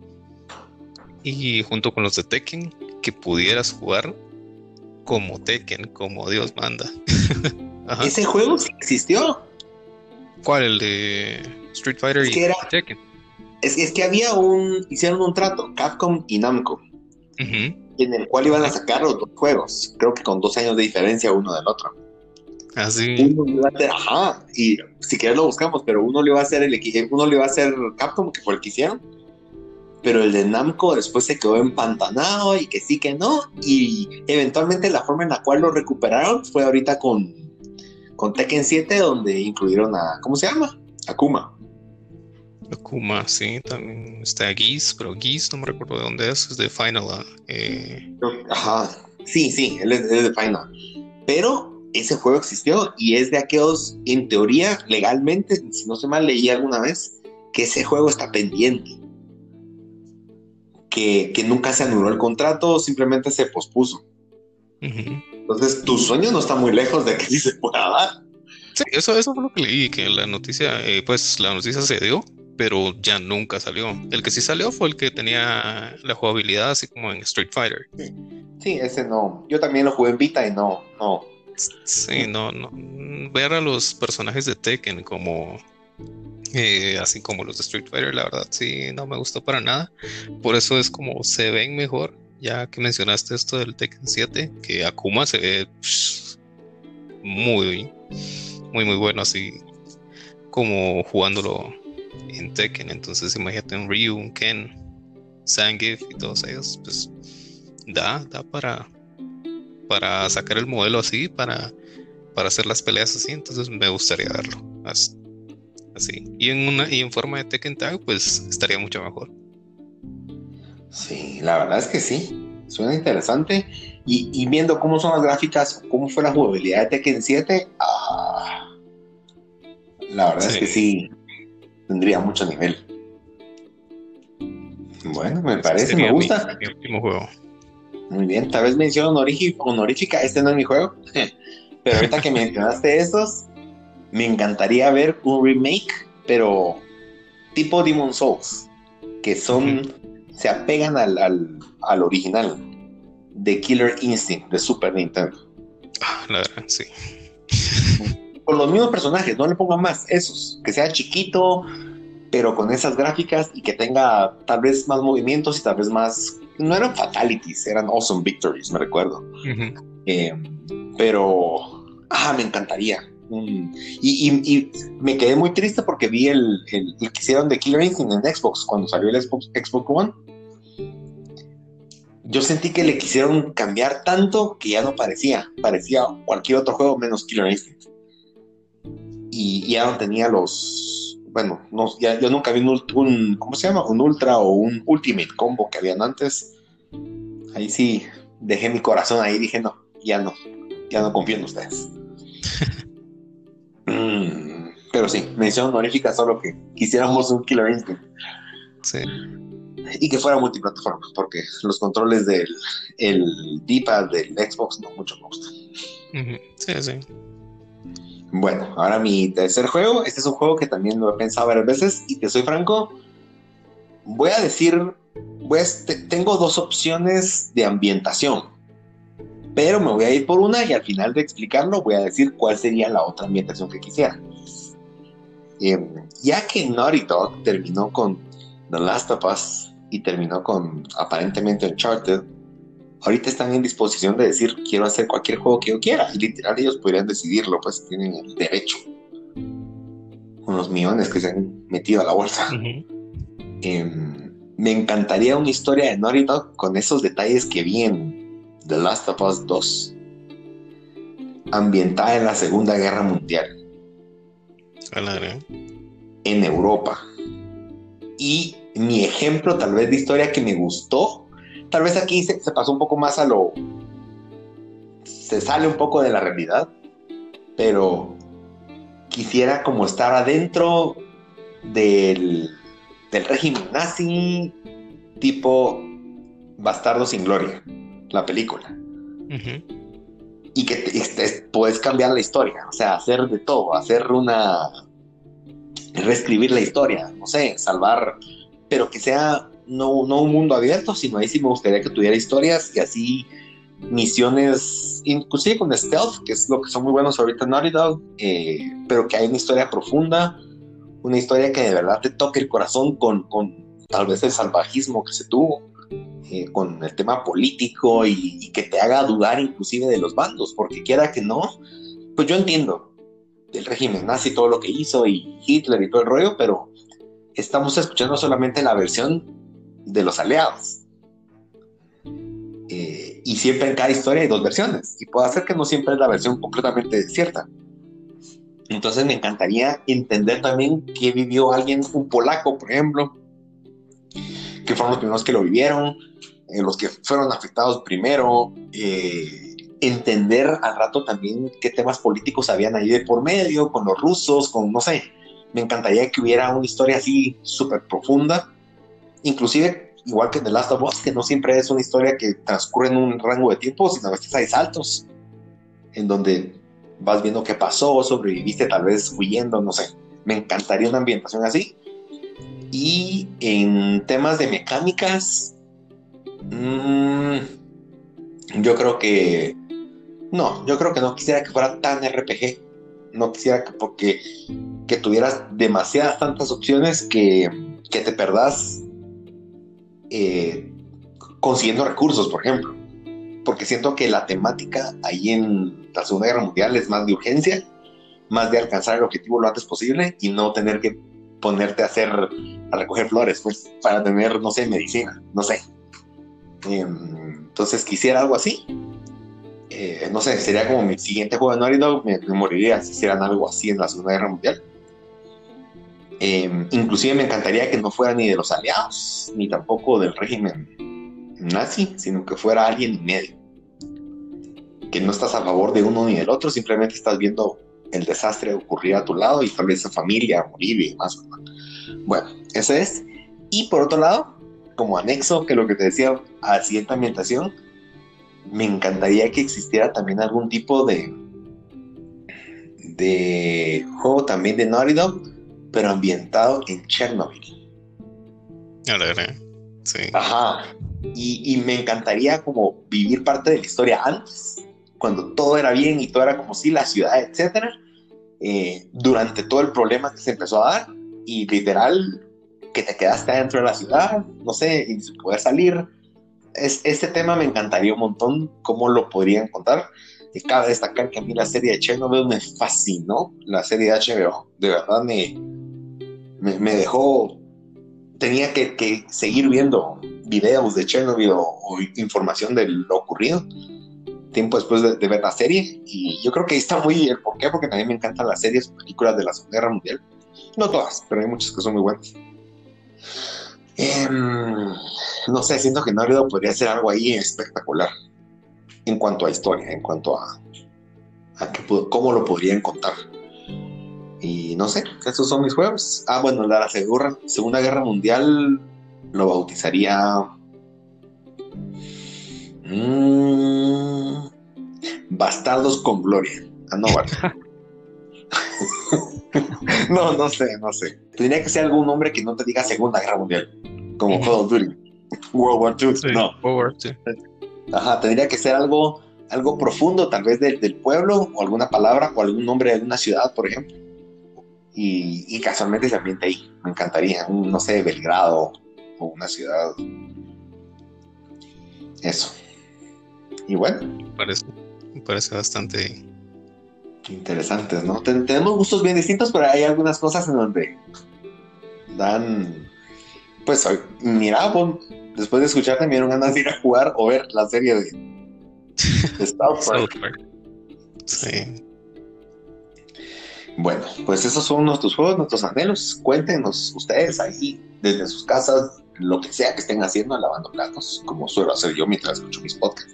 B: y junto con los de Tekken, que pudieras jugar como Tekken, como Dios manda. Ajá.
A: Ese juego sí existió.
B: ¿Cuál? El de Street Fighter
A: Es
B: y
A: que era,
B: Tekken.
A: es que hicieron un trato, Capcom y Namco,
B: Ujú.
A: en el cual iban a
B: Ajá.
A: sacar los dos juegos, creo que con 2 años de diferencia uno del otro.
B: Así.
A: Uno le iba a hacer, y si quieres lo buscamos, pero uno le iba a hacer uno le iba a hacer Capcom, que fue el que hicieron, pero el de Namco después se quedó empantanado y que sí que no, y eventualmente la forma en la cual lo recuperaron fue ahorita con Tekken 7, donde incluyeron ¿cómo se llama? Akuma.
B: Akuma, sí, también está Geese, pero Geese no me recuerdo de dónde es de Final.
A: Ajá, sí, él es de Final. Pero ese juego existió y es de aquellos, en teoría, legalmente, si no se mal leí alguna vez, que ese juego está pendiente. que nunca se anuló el contrato, simplemente se pospuso.
B: Ujú.
A: Entonces, tu sueño no está muy lejos de que sí se pueda dar.
B: Sí, eso fue lo que leí, que la noticia, pues la noticia se dio, pero ya nunca salió. El que sí salió fue el que tenía la jugabilidad así como en Street Fighter.
A: Sí, ese no. Yo también lo jugué en Vita y no.
B: Sí, no, no. Ver a los personajes de Tekken como así como los de Street Fighter, la verdad, sí, no me gustó para nada. Por eso es como se ven mejor, ya que mencionaste esto del Tekken 7, que Akuma se ve muy, muy bueno así como jugándolo en Tekken. Entonces imagínate un Ryu, un Ken, Zangief y todos ellos, pues da para sacar el modelo así, para hacer las peleas así. Entonces me gustaría verlo así. Y en forma de Tekken Tag, pues estaría mucho mejor.
A: Sí, la verdad es que sí. Suena interesante. Y viendo cómo son las gráficas, cómo fue la jugabilidad de Tekken 7, la verdad es
B: Sí,
A: que sí, tendría mucho nivel. Bueno, me
B: ese
A: parece, me
B: sería
A: gusta.
B: mi último juego.
A: Muy bien, tal vez mención honorífica, este no es mi juego. Pero ahorita que mencionaste estos, me encantaría ver un remake, pero tipo Demon Souls, que
B: Ujú.
A: se apegan al original de Killer Instinct de Super Nintendo.
B: La verdad, sí.
A: Con los mismos personajes, no le pongan más, esos, que sea chiquito, pero con esas gráficas y que tenga tal vez más movimientos y tal vez más. No eran fatalities, eran awesome victories, me recuerdo.
B: Ujú.
A: Eh, pero. Me encantaría. Y me quedé muy triste porque vi el que hicieron de Killer Instinct en Xbox cuando salió el Xbox One. Yo sentí que le quisieron cambiar tanto que ya no parecía cualquier otro juego menos Killer Instinct. Y ya no tenía bueno, no, yo nunca vi ¿cómo se llama? Un Ultra o un Ultimate Combo que habían antes. Ahí sí dejé mi corazón ahí, dije no, ya no confío en ustedes. Pero sí, mención honorífica solo que quisiéramos un Killer Instinct
B: Sí.
A: y que fuera multiplataforma, porque los controles del el D-pad del Xbox no mucho me gustan.
B: Ujú. Sí, sí.
A: Bueno, ahora mi tercer juego. Este es un juego que también lo he pensado varias veces y te soy franco, voy a decir, tengo dos opciones de ambientación, pero me voy a ir por una y al final de explicarlo voy a decir cuál sería la otra ambientación que quisiera. Ya que Naughty Dog terminó con The Last of Us y terminó con aparentemente Uncharted, ahorita están en disposición de decir quiero hacer cualquier juego que yo quiera y literal ellos podrían decidirlo, pues tienen el derecho con los millones que se han metido a la bolsa.
B: Ujú.
A: Me encantaría una historia de Naughty Dog con esos detalles que vi en The Last of Us 2, ambientada en la Segunda Guerra Mundial,
B: A la gran.
A: en Europa. Y mi ejemplo tal vez de historia que me gustó, tal vez aquí se pasó un poco más se sale un poco de la realidad, pero quisiera como estar adentro del, del régimen nazi, tipo Bastardo sin Gloria, la película.
B: Ujú.
A: Y que puedes cambiar la historia, o sea, hacer de todo, reescribir la historia, no sé, salvar, pero que sea no un mundo abierto, sino ahí sí me gustaría que tuviera historias y así misiones, inclusive con stealth, que es lo que son muy buenos ahorita en Naughty Dog, pero que hay una historia profunda, una historia que de verdad te toque el corazón con tal vez el salvajismo que se tuvo, con el tema político y que te haga dudar inclusive de los bandos, porque quiera que no, pues yo entiendo el régimen nazi, todo lo que hizo y Hitler y todo el rollo, pero estamos escuchando solamente la versión de los aliados. Y siempre en cada historia hay dos versiones, y puede ser que no siempre es la versión completamente cierta. Entonces me encantaría entender también qué vivió alguien, un polaco, por ejemplo, que fueron los primeros que lo vivieron, los que fueron afectados primero, entender al rato también qué temas políticos habían ahí de por medio, con los rusos, con no sé, me encantaría que hubiera una historia así súper profunda, inclusive igual que en The Last of Us, que no siempre es una historia que transcurre en un rango de tiempo, sino a veces hay saltos en donde vas viendo qué pasó, sobreviviste tal vez huyendo, no sé. Me encantaría una ambientación así. Y en temas de mecánicas, yo creo que no quisiera que fuera tan RPG. No quisiera que tuvieras demasiadas tantas opciones que te perdás consiguiendo recursos, por ejemplo. Porque siento que la temática ahí en la Segunda Guerra Mundial es más de urgencia, más de alcanzar el objetivo lo antes posible y no tener que ponerte a recoger flores, pues, para tener, no sé, medicina, no sé. Entonces quisiera algo así. No sé, sería como mi siguiente juego de Naughty Dog. Me moriría si hicieran algo así en la Segunda Guerra Mundial. Inclusive me encantaría que no fuera ni de los aliados, ni tampoco del régimen nazi, sino que fuera alguien en medio. Que no estás a favor de uno ni del otro, simplemente estás viendo el desastre ocurrir a tu lado y tal vez esa familia morir y demás. Bueno, eso es. Y por otro lado, como anexo, que lo que te decía, a la siguiente ambientación, me encantaría que existiera también algún tipo de juego también de Naughty Dog, pero ambientado en Chernobyl.
B: Sí.
A: Ajá. Y me encantaría como vivir parte de la historia antes, cuando todo era bien y todo era como si la ciudad, etcétera, durante todo el problema que se empezó a dar y literal que te quedaste adentro de la ciudad, no sé, y sin poder salir. Este tema me encantaría un montón cómo lo podrían contar. Y cabe destacar que a mí la serie de Chernobyl me fascinó, la serie de HBO, de verdad me dejó, tenía que seguir viendo videos de Chernobyl o información de lo ocurrido tiempo después de ver la serie, y yo creo que ahí está muy el porqué, porque también me encantan las series o películas de la Segunda Guerra Mundial, no todas, pero hay muchas que son muy buenas. No sé, siento que Naruto podría ser algo ahí espectacular en cuanto a historia, en cuanto a cómo lo podrían contar. Y no sé, esos son mis juegos. Bueno, la Segunda Guerra Mundial lo bautizaría Bastardos con Gloria. No, vale. No sé. Tendría que ser algún nombre que no te diga Segunda Guerra Mundial, como Call of Duty, World War II. Sí, no. World War II. Ajá, tendría que ser algo profundo, tal vez del pueblo, o alguna palabra, o algún nombre de alguna ciudad, por ejemplo. Y casualmente se ambienta ahí. Me encantaría, no sé, Belgrado, o una ciudad. Eso. Y bueno.
B: Me parece bastante
A: interesantes, ¿no? Tenemos gustos bien distintos, pero hay algunas cosas en donde dan, pues, mira, después de escucharte me dieron ganas de ir a jugar o ver la serie de South Park.
B: Sí.
A: Bueno, pues esos son nuestros juegos, nuestros anhelos. Cuéntenos ustedes ahí, desde sus casas, lo que sea que estén haciendo, lavando platos, como suelo hacer yo mientras escucho mis podcasts.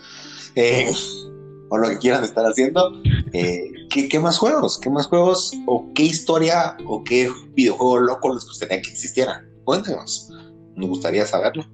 A: O lo que quieran estar haciendo. ¿Qué más juegos? ¿Qué más juegos? ¿O qué historia? ¿O qué videojuego loco les gustaría que existiera? Cuéntenos. Nos gustaría saberlo.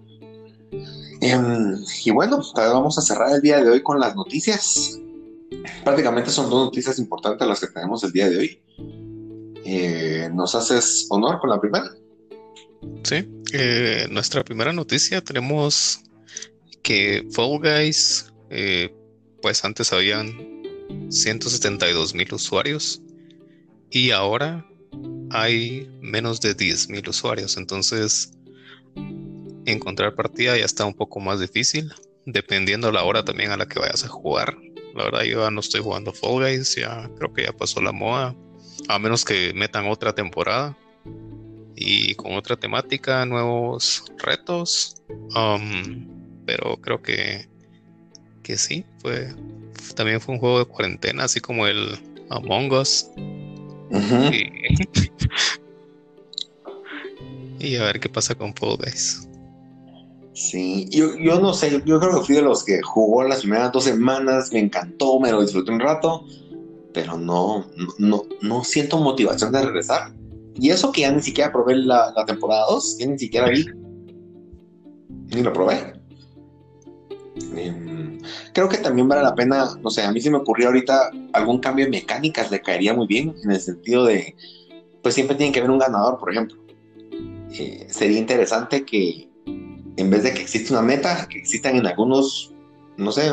A: Y bueno, vamos a cerrar el día de hoy con las noticias. Prácticamente son dos noticias importantes las que tenemos el día de hoy. ¿Nos haces honor con la primera?
B: Sí. Nuestra primera noticia, tenemos que Fall Guys, pues antes habían 172,000 usuarios y ahora hay menos de 10,000 usuarios. Entonces encontrar partida ya está un poco más difícil, dependiendo la hora también a la que vayas a jugar. La verdad, yo ya no estoy jugando Fall Guys, ya creo que ya pasó la moda, a menos que metan otra temporada y con otra temática, nuevos retos. Pero creo que sí, también fue un juego de cuarentena, así como el Among Us. Uh-huh. Y a ver qué pasa con Fall Guys.
A: Sí, yo no sé, yo creo que fui de los que jugó las primeras 2 semanas, me encantó, me lo disfruté un rato, pero no siento motivación de regresar. Y eso que ya ni siquiera probé la temporada 2, ya ni siquiera vi. ni lo probé. Creo que también vale la pena, no sé, a mí se me ocurrió ahorita algún cambio de mecánicas le caería muy bien, en el sentido de, pues siempre tiene que haber un ganador, por ejemplo. Sería interesante que en vez de que exista una meta, que existan en algunos, no sé,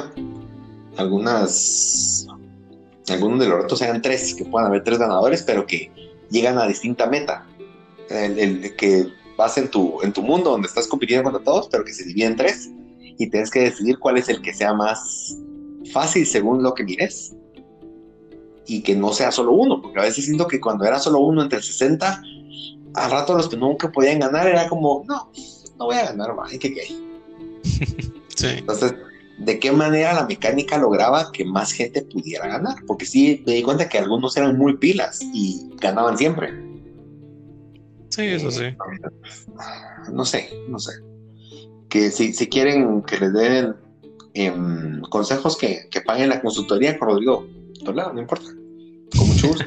A: algunos de los retos sean tres, que puedan haber tres ganadores, pero que llegan a distinta meta. Que vas en tu mundo donde estás compitiendo contra todos, pero que se divide en tres y tienes que decidir cuál es el que sea más fácil según lo que mires y que no sea solo uno, porque a veces siento que cuando era solo uno entre 60, al rato los que nunca podían ganar era como, no voy a ganar, más, ¿qué hay?
B: Sí.
A: Entonces, ¿de qué manera la mecánica lograba que más gente pudiera ganar? Porque sí, me di cuenta que algunos eran muy pilas y ganaban siempre.
B: Sí, eso sí.
A: No sé. Que si quieren que les den consejos, que paguen la consultoría con Rodrigo Toledo, no importa. Con mucho gusto.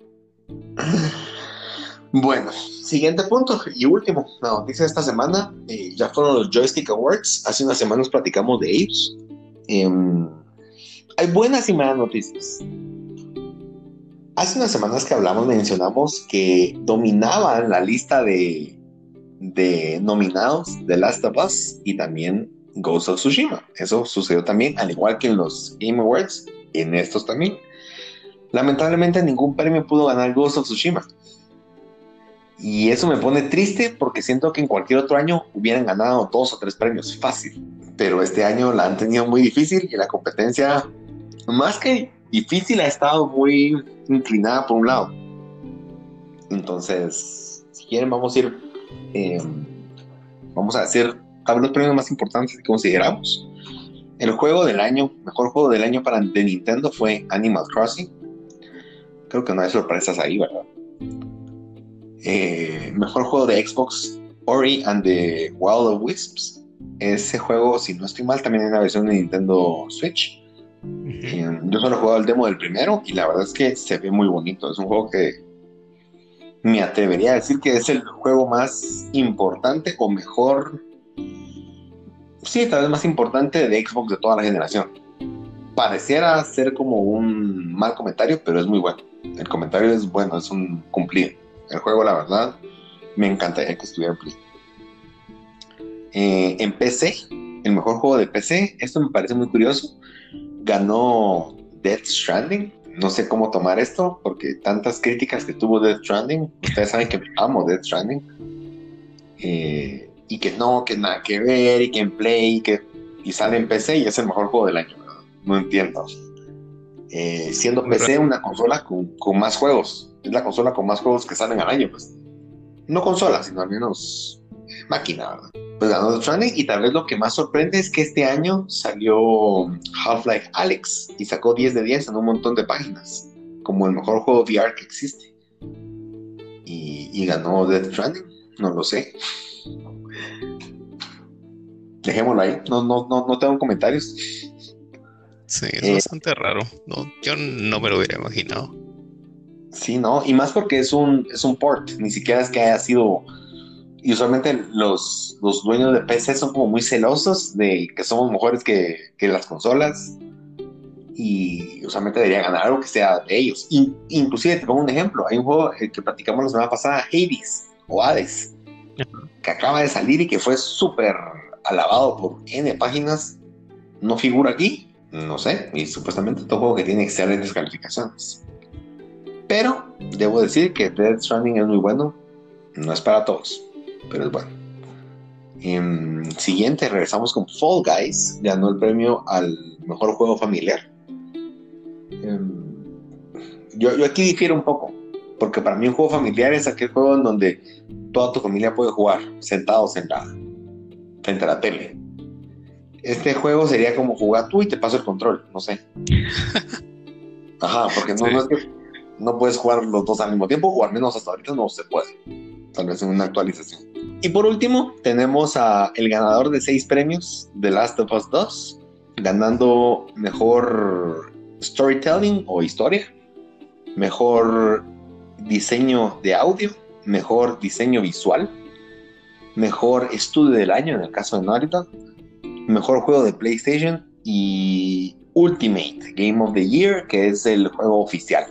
A: Bueno, siguiente punto y último. La noticia de esta semana, ya fueron los Joystick Awards. Hace unas semanas platicamos de ellos. Hay buenas y malas noticias. Hace unas semanas que mencionamos que dominaban la lista de nominados de Last of Us y también Ghost of Tsushima. Eso sucedió también, al igual que en los Game Awards, en estos también. Lamentablemente ningún premio pudo ganar Ghost of Tsushima. Y eso me pone triste porque siento que en cualquier otro año hubieran ganado 2 o 3 premios fácil. Pero este año la han tenido muy difícil y la competencia, más que difícil, ha estado muy inclinada por un lado. Entonces, si quieren, vamos a decir tal vez los premios más importantes que consideramos. El juego del año, mejor juego del año de Nintendo fue Animal Crossing. Creo que no hay sorpresas ahí, ¿verdad? Mejor juego de Xbox, Ori and the Wild of Wisps. Ese juego, si no estoy mal, también hay una versión de Nintendo Switch. Yo solo he jugado el demo del primero y la verdad es que se ve muy bonito. Es un juego que me atrevería a decir que es el juego más importante o mejor, sí, tal vez más importante de Xbox de toda la generación. Pareciera ser como un mal comentario, pero es muy bueno. El comentario es bueno, es un cumplido. El juego, la verdad, me encantaría que estuviera en Play. En PC, el mejor juego de PC, esto me parece muy curioso, ganó Death Stranding. No sé cómo tomar esto, porque tantas críticas que tuvo Death Stranding, ustedes saben que amo Death Stranding, y que nada que ver, y que en Play, y sale en PC y es el mejor juego del año, ¿verdad? No entiendo. Siendo PC una consola con más juegos, es la consola con más juegos que salen al año, pues. No consola, sino al menos máquina, ¿verdad? Pues ganó Death Stranding, y tal vez lo que más sorprende es que este año salió Half-Life Alyx y sacó 10 de 10 en un montón de páginas, como el mejor juego VR que existe. Y ganó Death Stranding, no lo sé. Dejémoslo ahí, no tengo comentarios.
B: Sí, es bastante raro. No, yo no me lo hubiera imaginado.
A: Sí, no, y más porque es un port, ni siquiera es que haya sido. Y usualmente los dueños de PC son como muy celosos de que somos mejores que las consolas, y usualmente debería ganar algo que sea de ellos. Inclusive te pongo un ejemplo, hay un juego que platicamos la semana pasada, Hades o Hades, que acaba de salir y que fue súper alabado por N páginas, no figura aquí, no sé, y supuestamente todo juego que tiene excelentes calificaciones. Pero debo decir que Death Stranding es muy bueno, no es para todos, pero es bueno. Siguiente, regresamos con Fall Guys, ganó el premio al mejor juego familiar. Yo aquí difiero un poco, porque para mí un juego familiar es aquel juego en donde toda tu familia puede jugar sentados frente a la tele. Este juego sería como jugar tú y te paso el control, no sé. Ajá, porque no es que no puedes jugar los dos al mismo tiempo, o al menos hasta ahorita no se puede. Tal vez en una actualización. Y por último, tenemos a el ganador de 6 premios, The Last of Us 2, ganando mejor storytelling o historia, mejor diseño de audio, mejor diseño visual, mejor estudio del año en el caso de Naughty Dog, mejor juego de PlayStation y Ultimate Game of the Year, que es el juego oficial.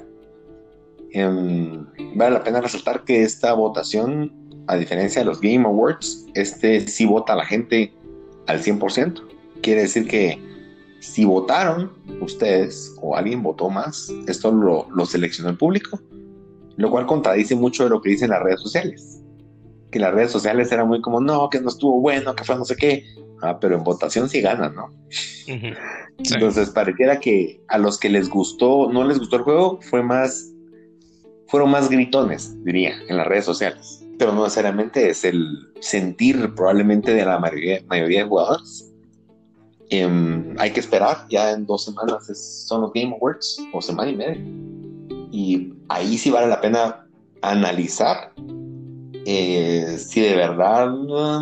A: Vale la pena resaltar que esta votación, a diferencia de los Game Awards, sí vota a la gente al 100%. Quiere decir que si votaron ustedes o alguien votó más, esto lo seleccionó el público, lo cual contradice mucho de lo que dicen las redes sociales. Que las redes sociales eran muy como, no, que no estuvo bueno, que fue no sé qué. Pero en votación sí ganan, ¿no?
B: Sí.
A: Entonces pareciera que a los que les gustó, no les gustó el juego, fueron más gritones, diría, en las redes sociales. Pero no necesariamente es el sentir probablemente de la mayoría de jugadores. Hay que esperar, ya en 2 semanas son los Game Awards, o semana y media. Y ahí sí vale la pena analizar si de verdad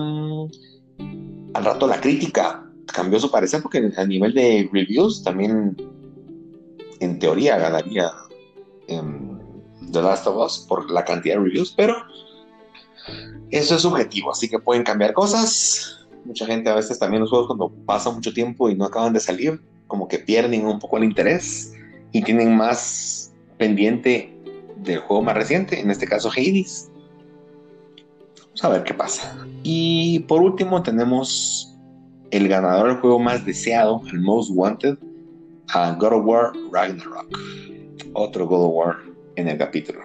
A: al rato la crítica cambió su parecer, porque a nivel de reviews también en teoría ganaría The Last of Us por la cantidad de reviews, pero eso es subjetivo, así que pueden cambiar cosas. Mucha gente a veces también los juegos cuando pasa mucho tiempo y no acaban de salir, como que pierden un poco el interés y tienen más pendiente del juego más reciente, en este caso Hades. Vamos a ver qué pasa. Y por último tenemos el ganador del juego más deseado, el Most Wanted, a God of War Ragnarok. Otro God of War en el capítulo.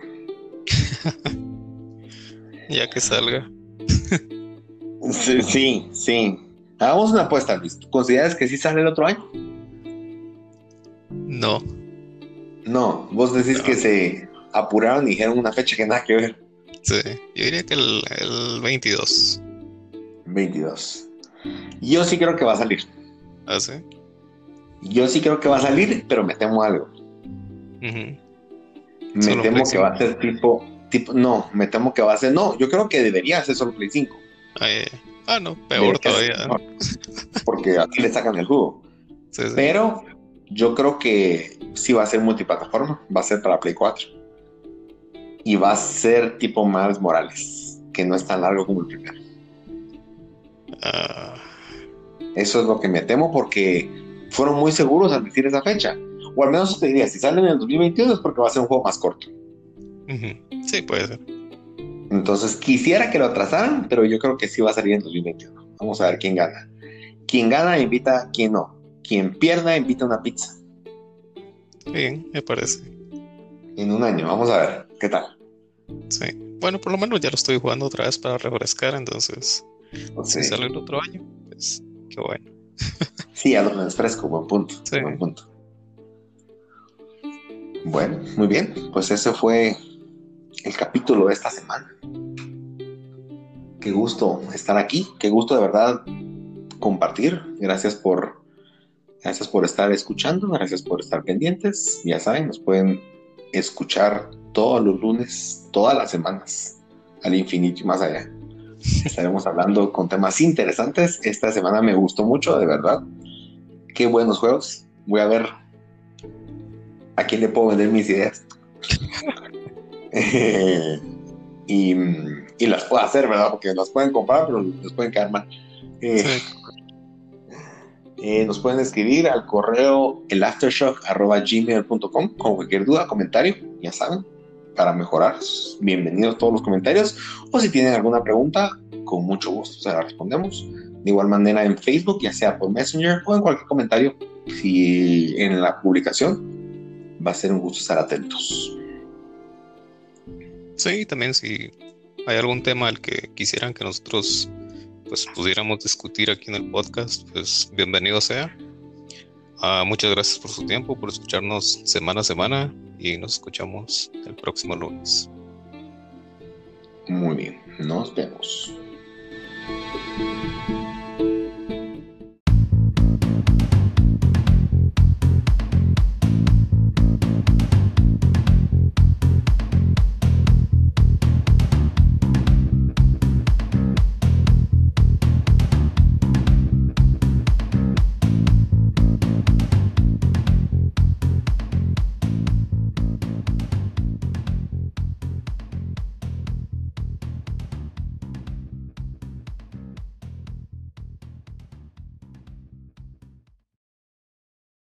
B: Ya que salga.
A: Sí. Hagamos una apuesta, Luis. ¿Tú consideras que sí sale el otro año?
B: No.
A: No, vos decís
B: No.
A: que se apuraron y dijeron una fecha que nada que ver.
B: Sí, yo diría que el 22.
A: 22. Yo sí creo que va a salir.
B: ¿Ah, sí?
A: Yo sí creo que va a salir, pero me temo algo.
B: Uh-huh.
A: Me
B: Solo
A: temo
B: Play
A: que
B: 5.
A: va a ser tipo, no, me temo que va a ser, no, yo creo que debería ser solo Play 5.
B: No, peor
A: Debería
B: todavía.
A: ser, porque aquí le sacan el jugo.
B: Sí.
A: Pero yo creo que sí va a ser multiplataforma, va a ser para Play 4. Y va a ser tipo Miles Morales, que no es tan largo como el primero. Eso es lo que me temo, porque fueron muy seguros al decir esa fecha. O al menos te diría, si sale en el 2021 es porque va a ser un juego más corto.
B: Uh-huh. Sí, puede ser.
A: Entonces quisiera que lo atrasaran, pero yo creo que sí va a salir en 2021. Vamos a ver quién gana. Quien gana invita a quien no. Quien pierda invita una pizza.
B: Bien, me parece.
A: En un año, vamos a ver qué tal.
B: Sí. Bueno, por lo menos ya lo estoy jugando otra vez para refrescar, entonces si sale el otro año, pues qué bueno.
A: Sí, ya lo es fresco, buen punto.
B: Sí.
A: Buen punto. Bueno, muy bien. Pues ese fue el capítulo de esta semana. Qué gusto estar aquí. Qué gusto de verdad compartir. Gracias por estar escuchando. Gracias por estar pendientes. Ya saben, nos pueden escuchar todos los lunes, todas las semanas, al infinito y más allá. Estaremos hablando con temas interesantes. Esta semana me gustó mucho, de verdad. Qué buenos juegos. Voy a ver a quién le puedo vender mis ideas. Y las puedo hacer, ¿verdad? Porque las pueden comprar, pero les pueden quedar mal. Nos pueden escribir al correo elaftershock@gmail.com con cualquier duda, comentario, ya saben, para mejorar. Bienvenidos todos los comentarios. O si tienen alguna pregunta, con mucho gusto se la respondemos. De igual manera en Facebook, ya sea por Messenger o en cualquier comentario, si en la publicación, va a ser un gusto estar atentos.
B: Sí, también si hay algún tema al que quisieran que nosotros pues pudiéramos discutir aquí en el podcast, pues bienvenido sea. Muchas gracias por su tiempo, por escucharnos semana a semana, y nos escuchamos el próximo lunes.
A: Muy bien, nos vemos.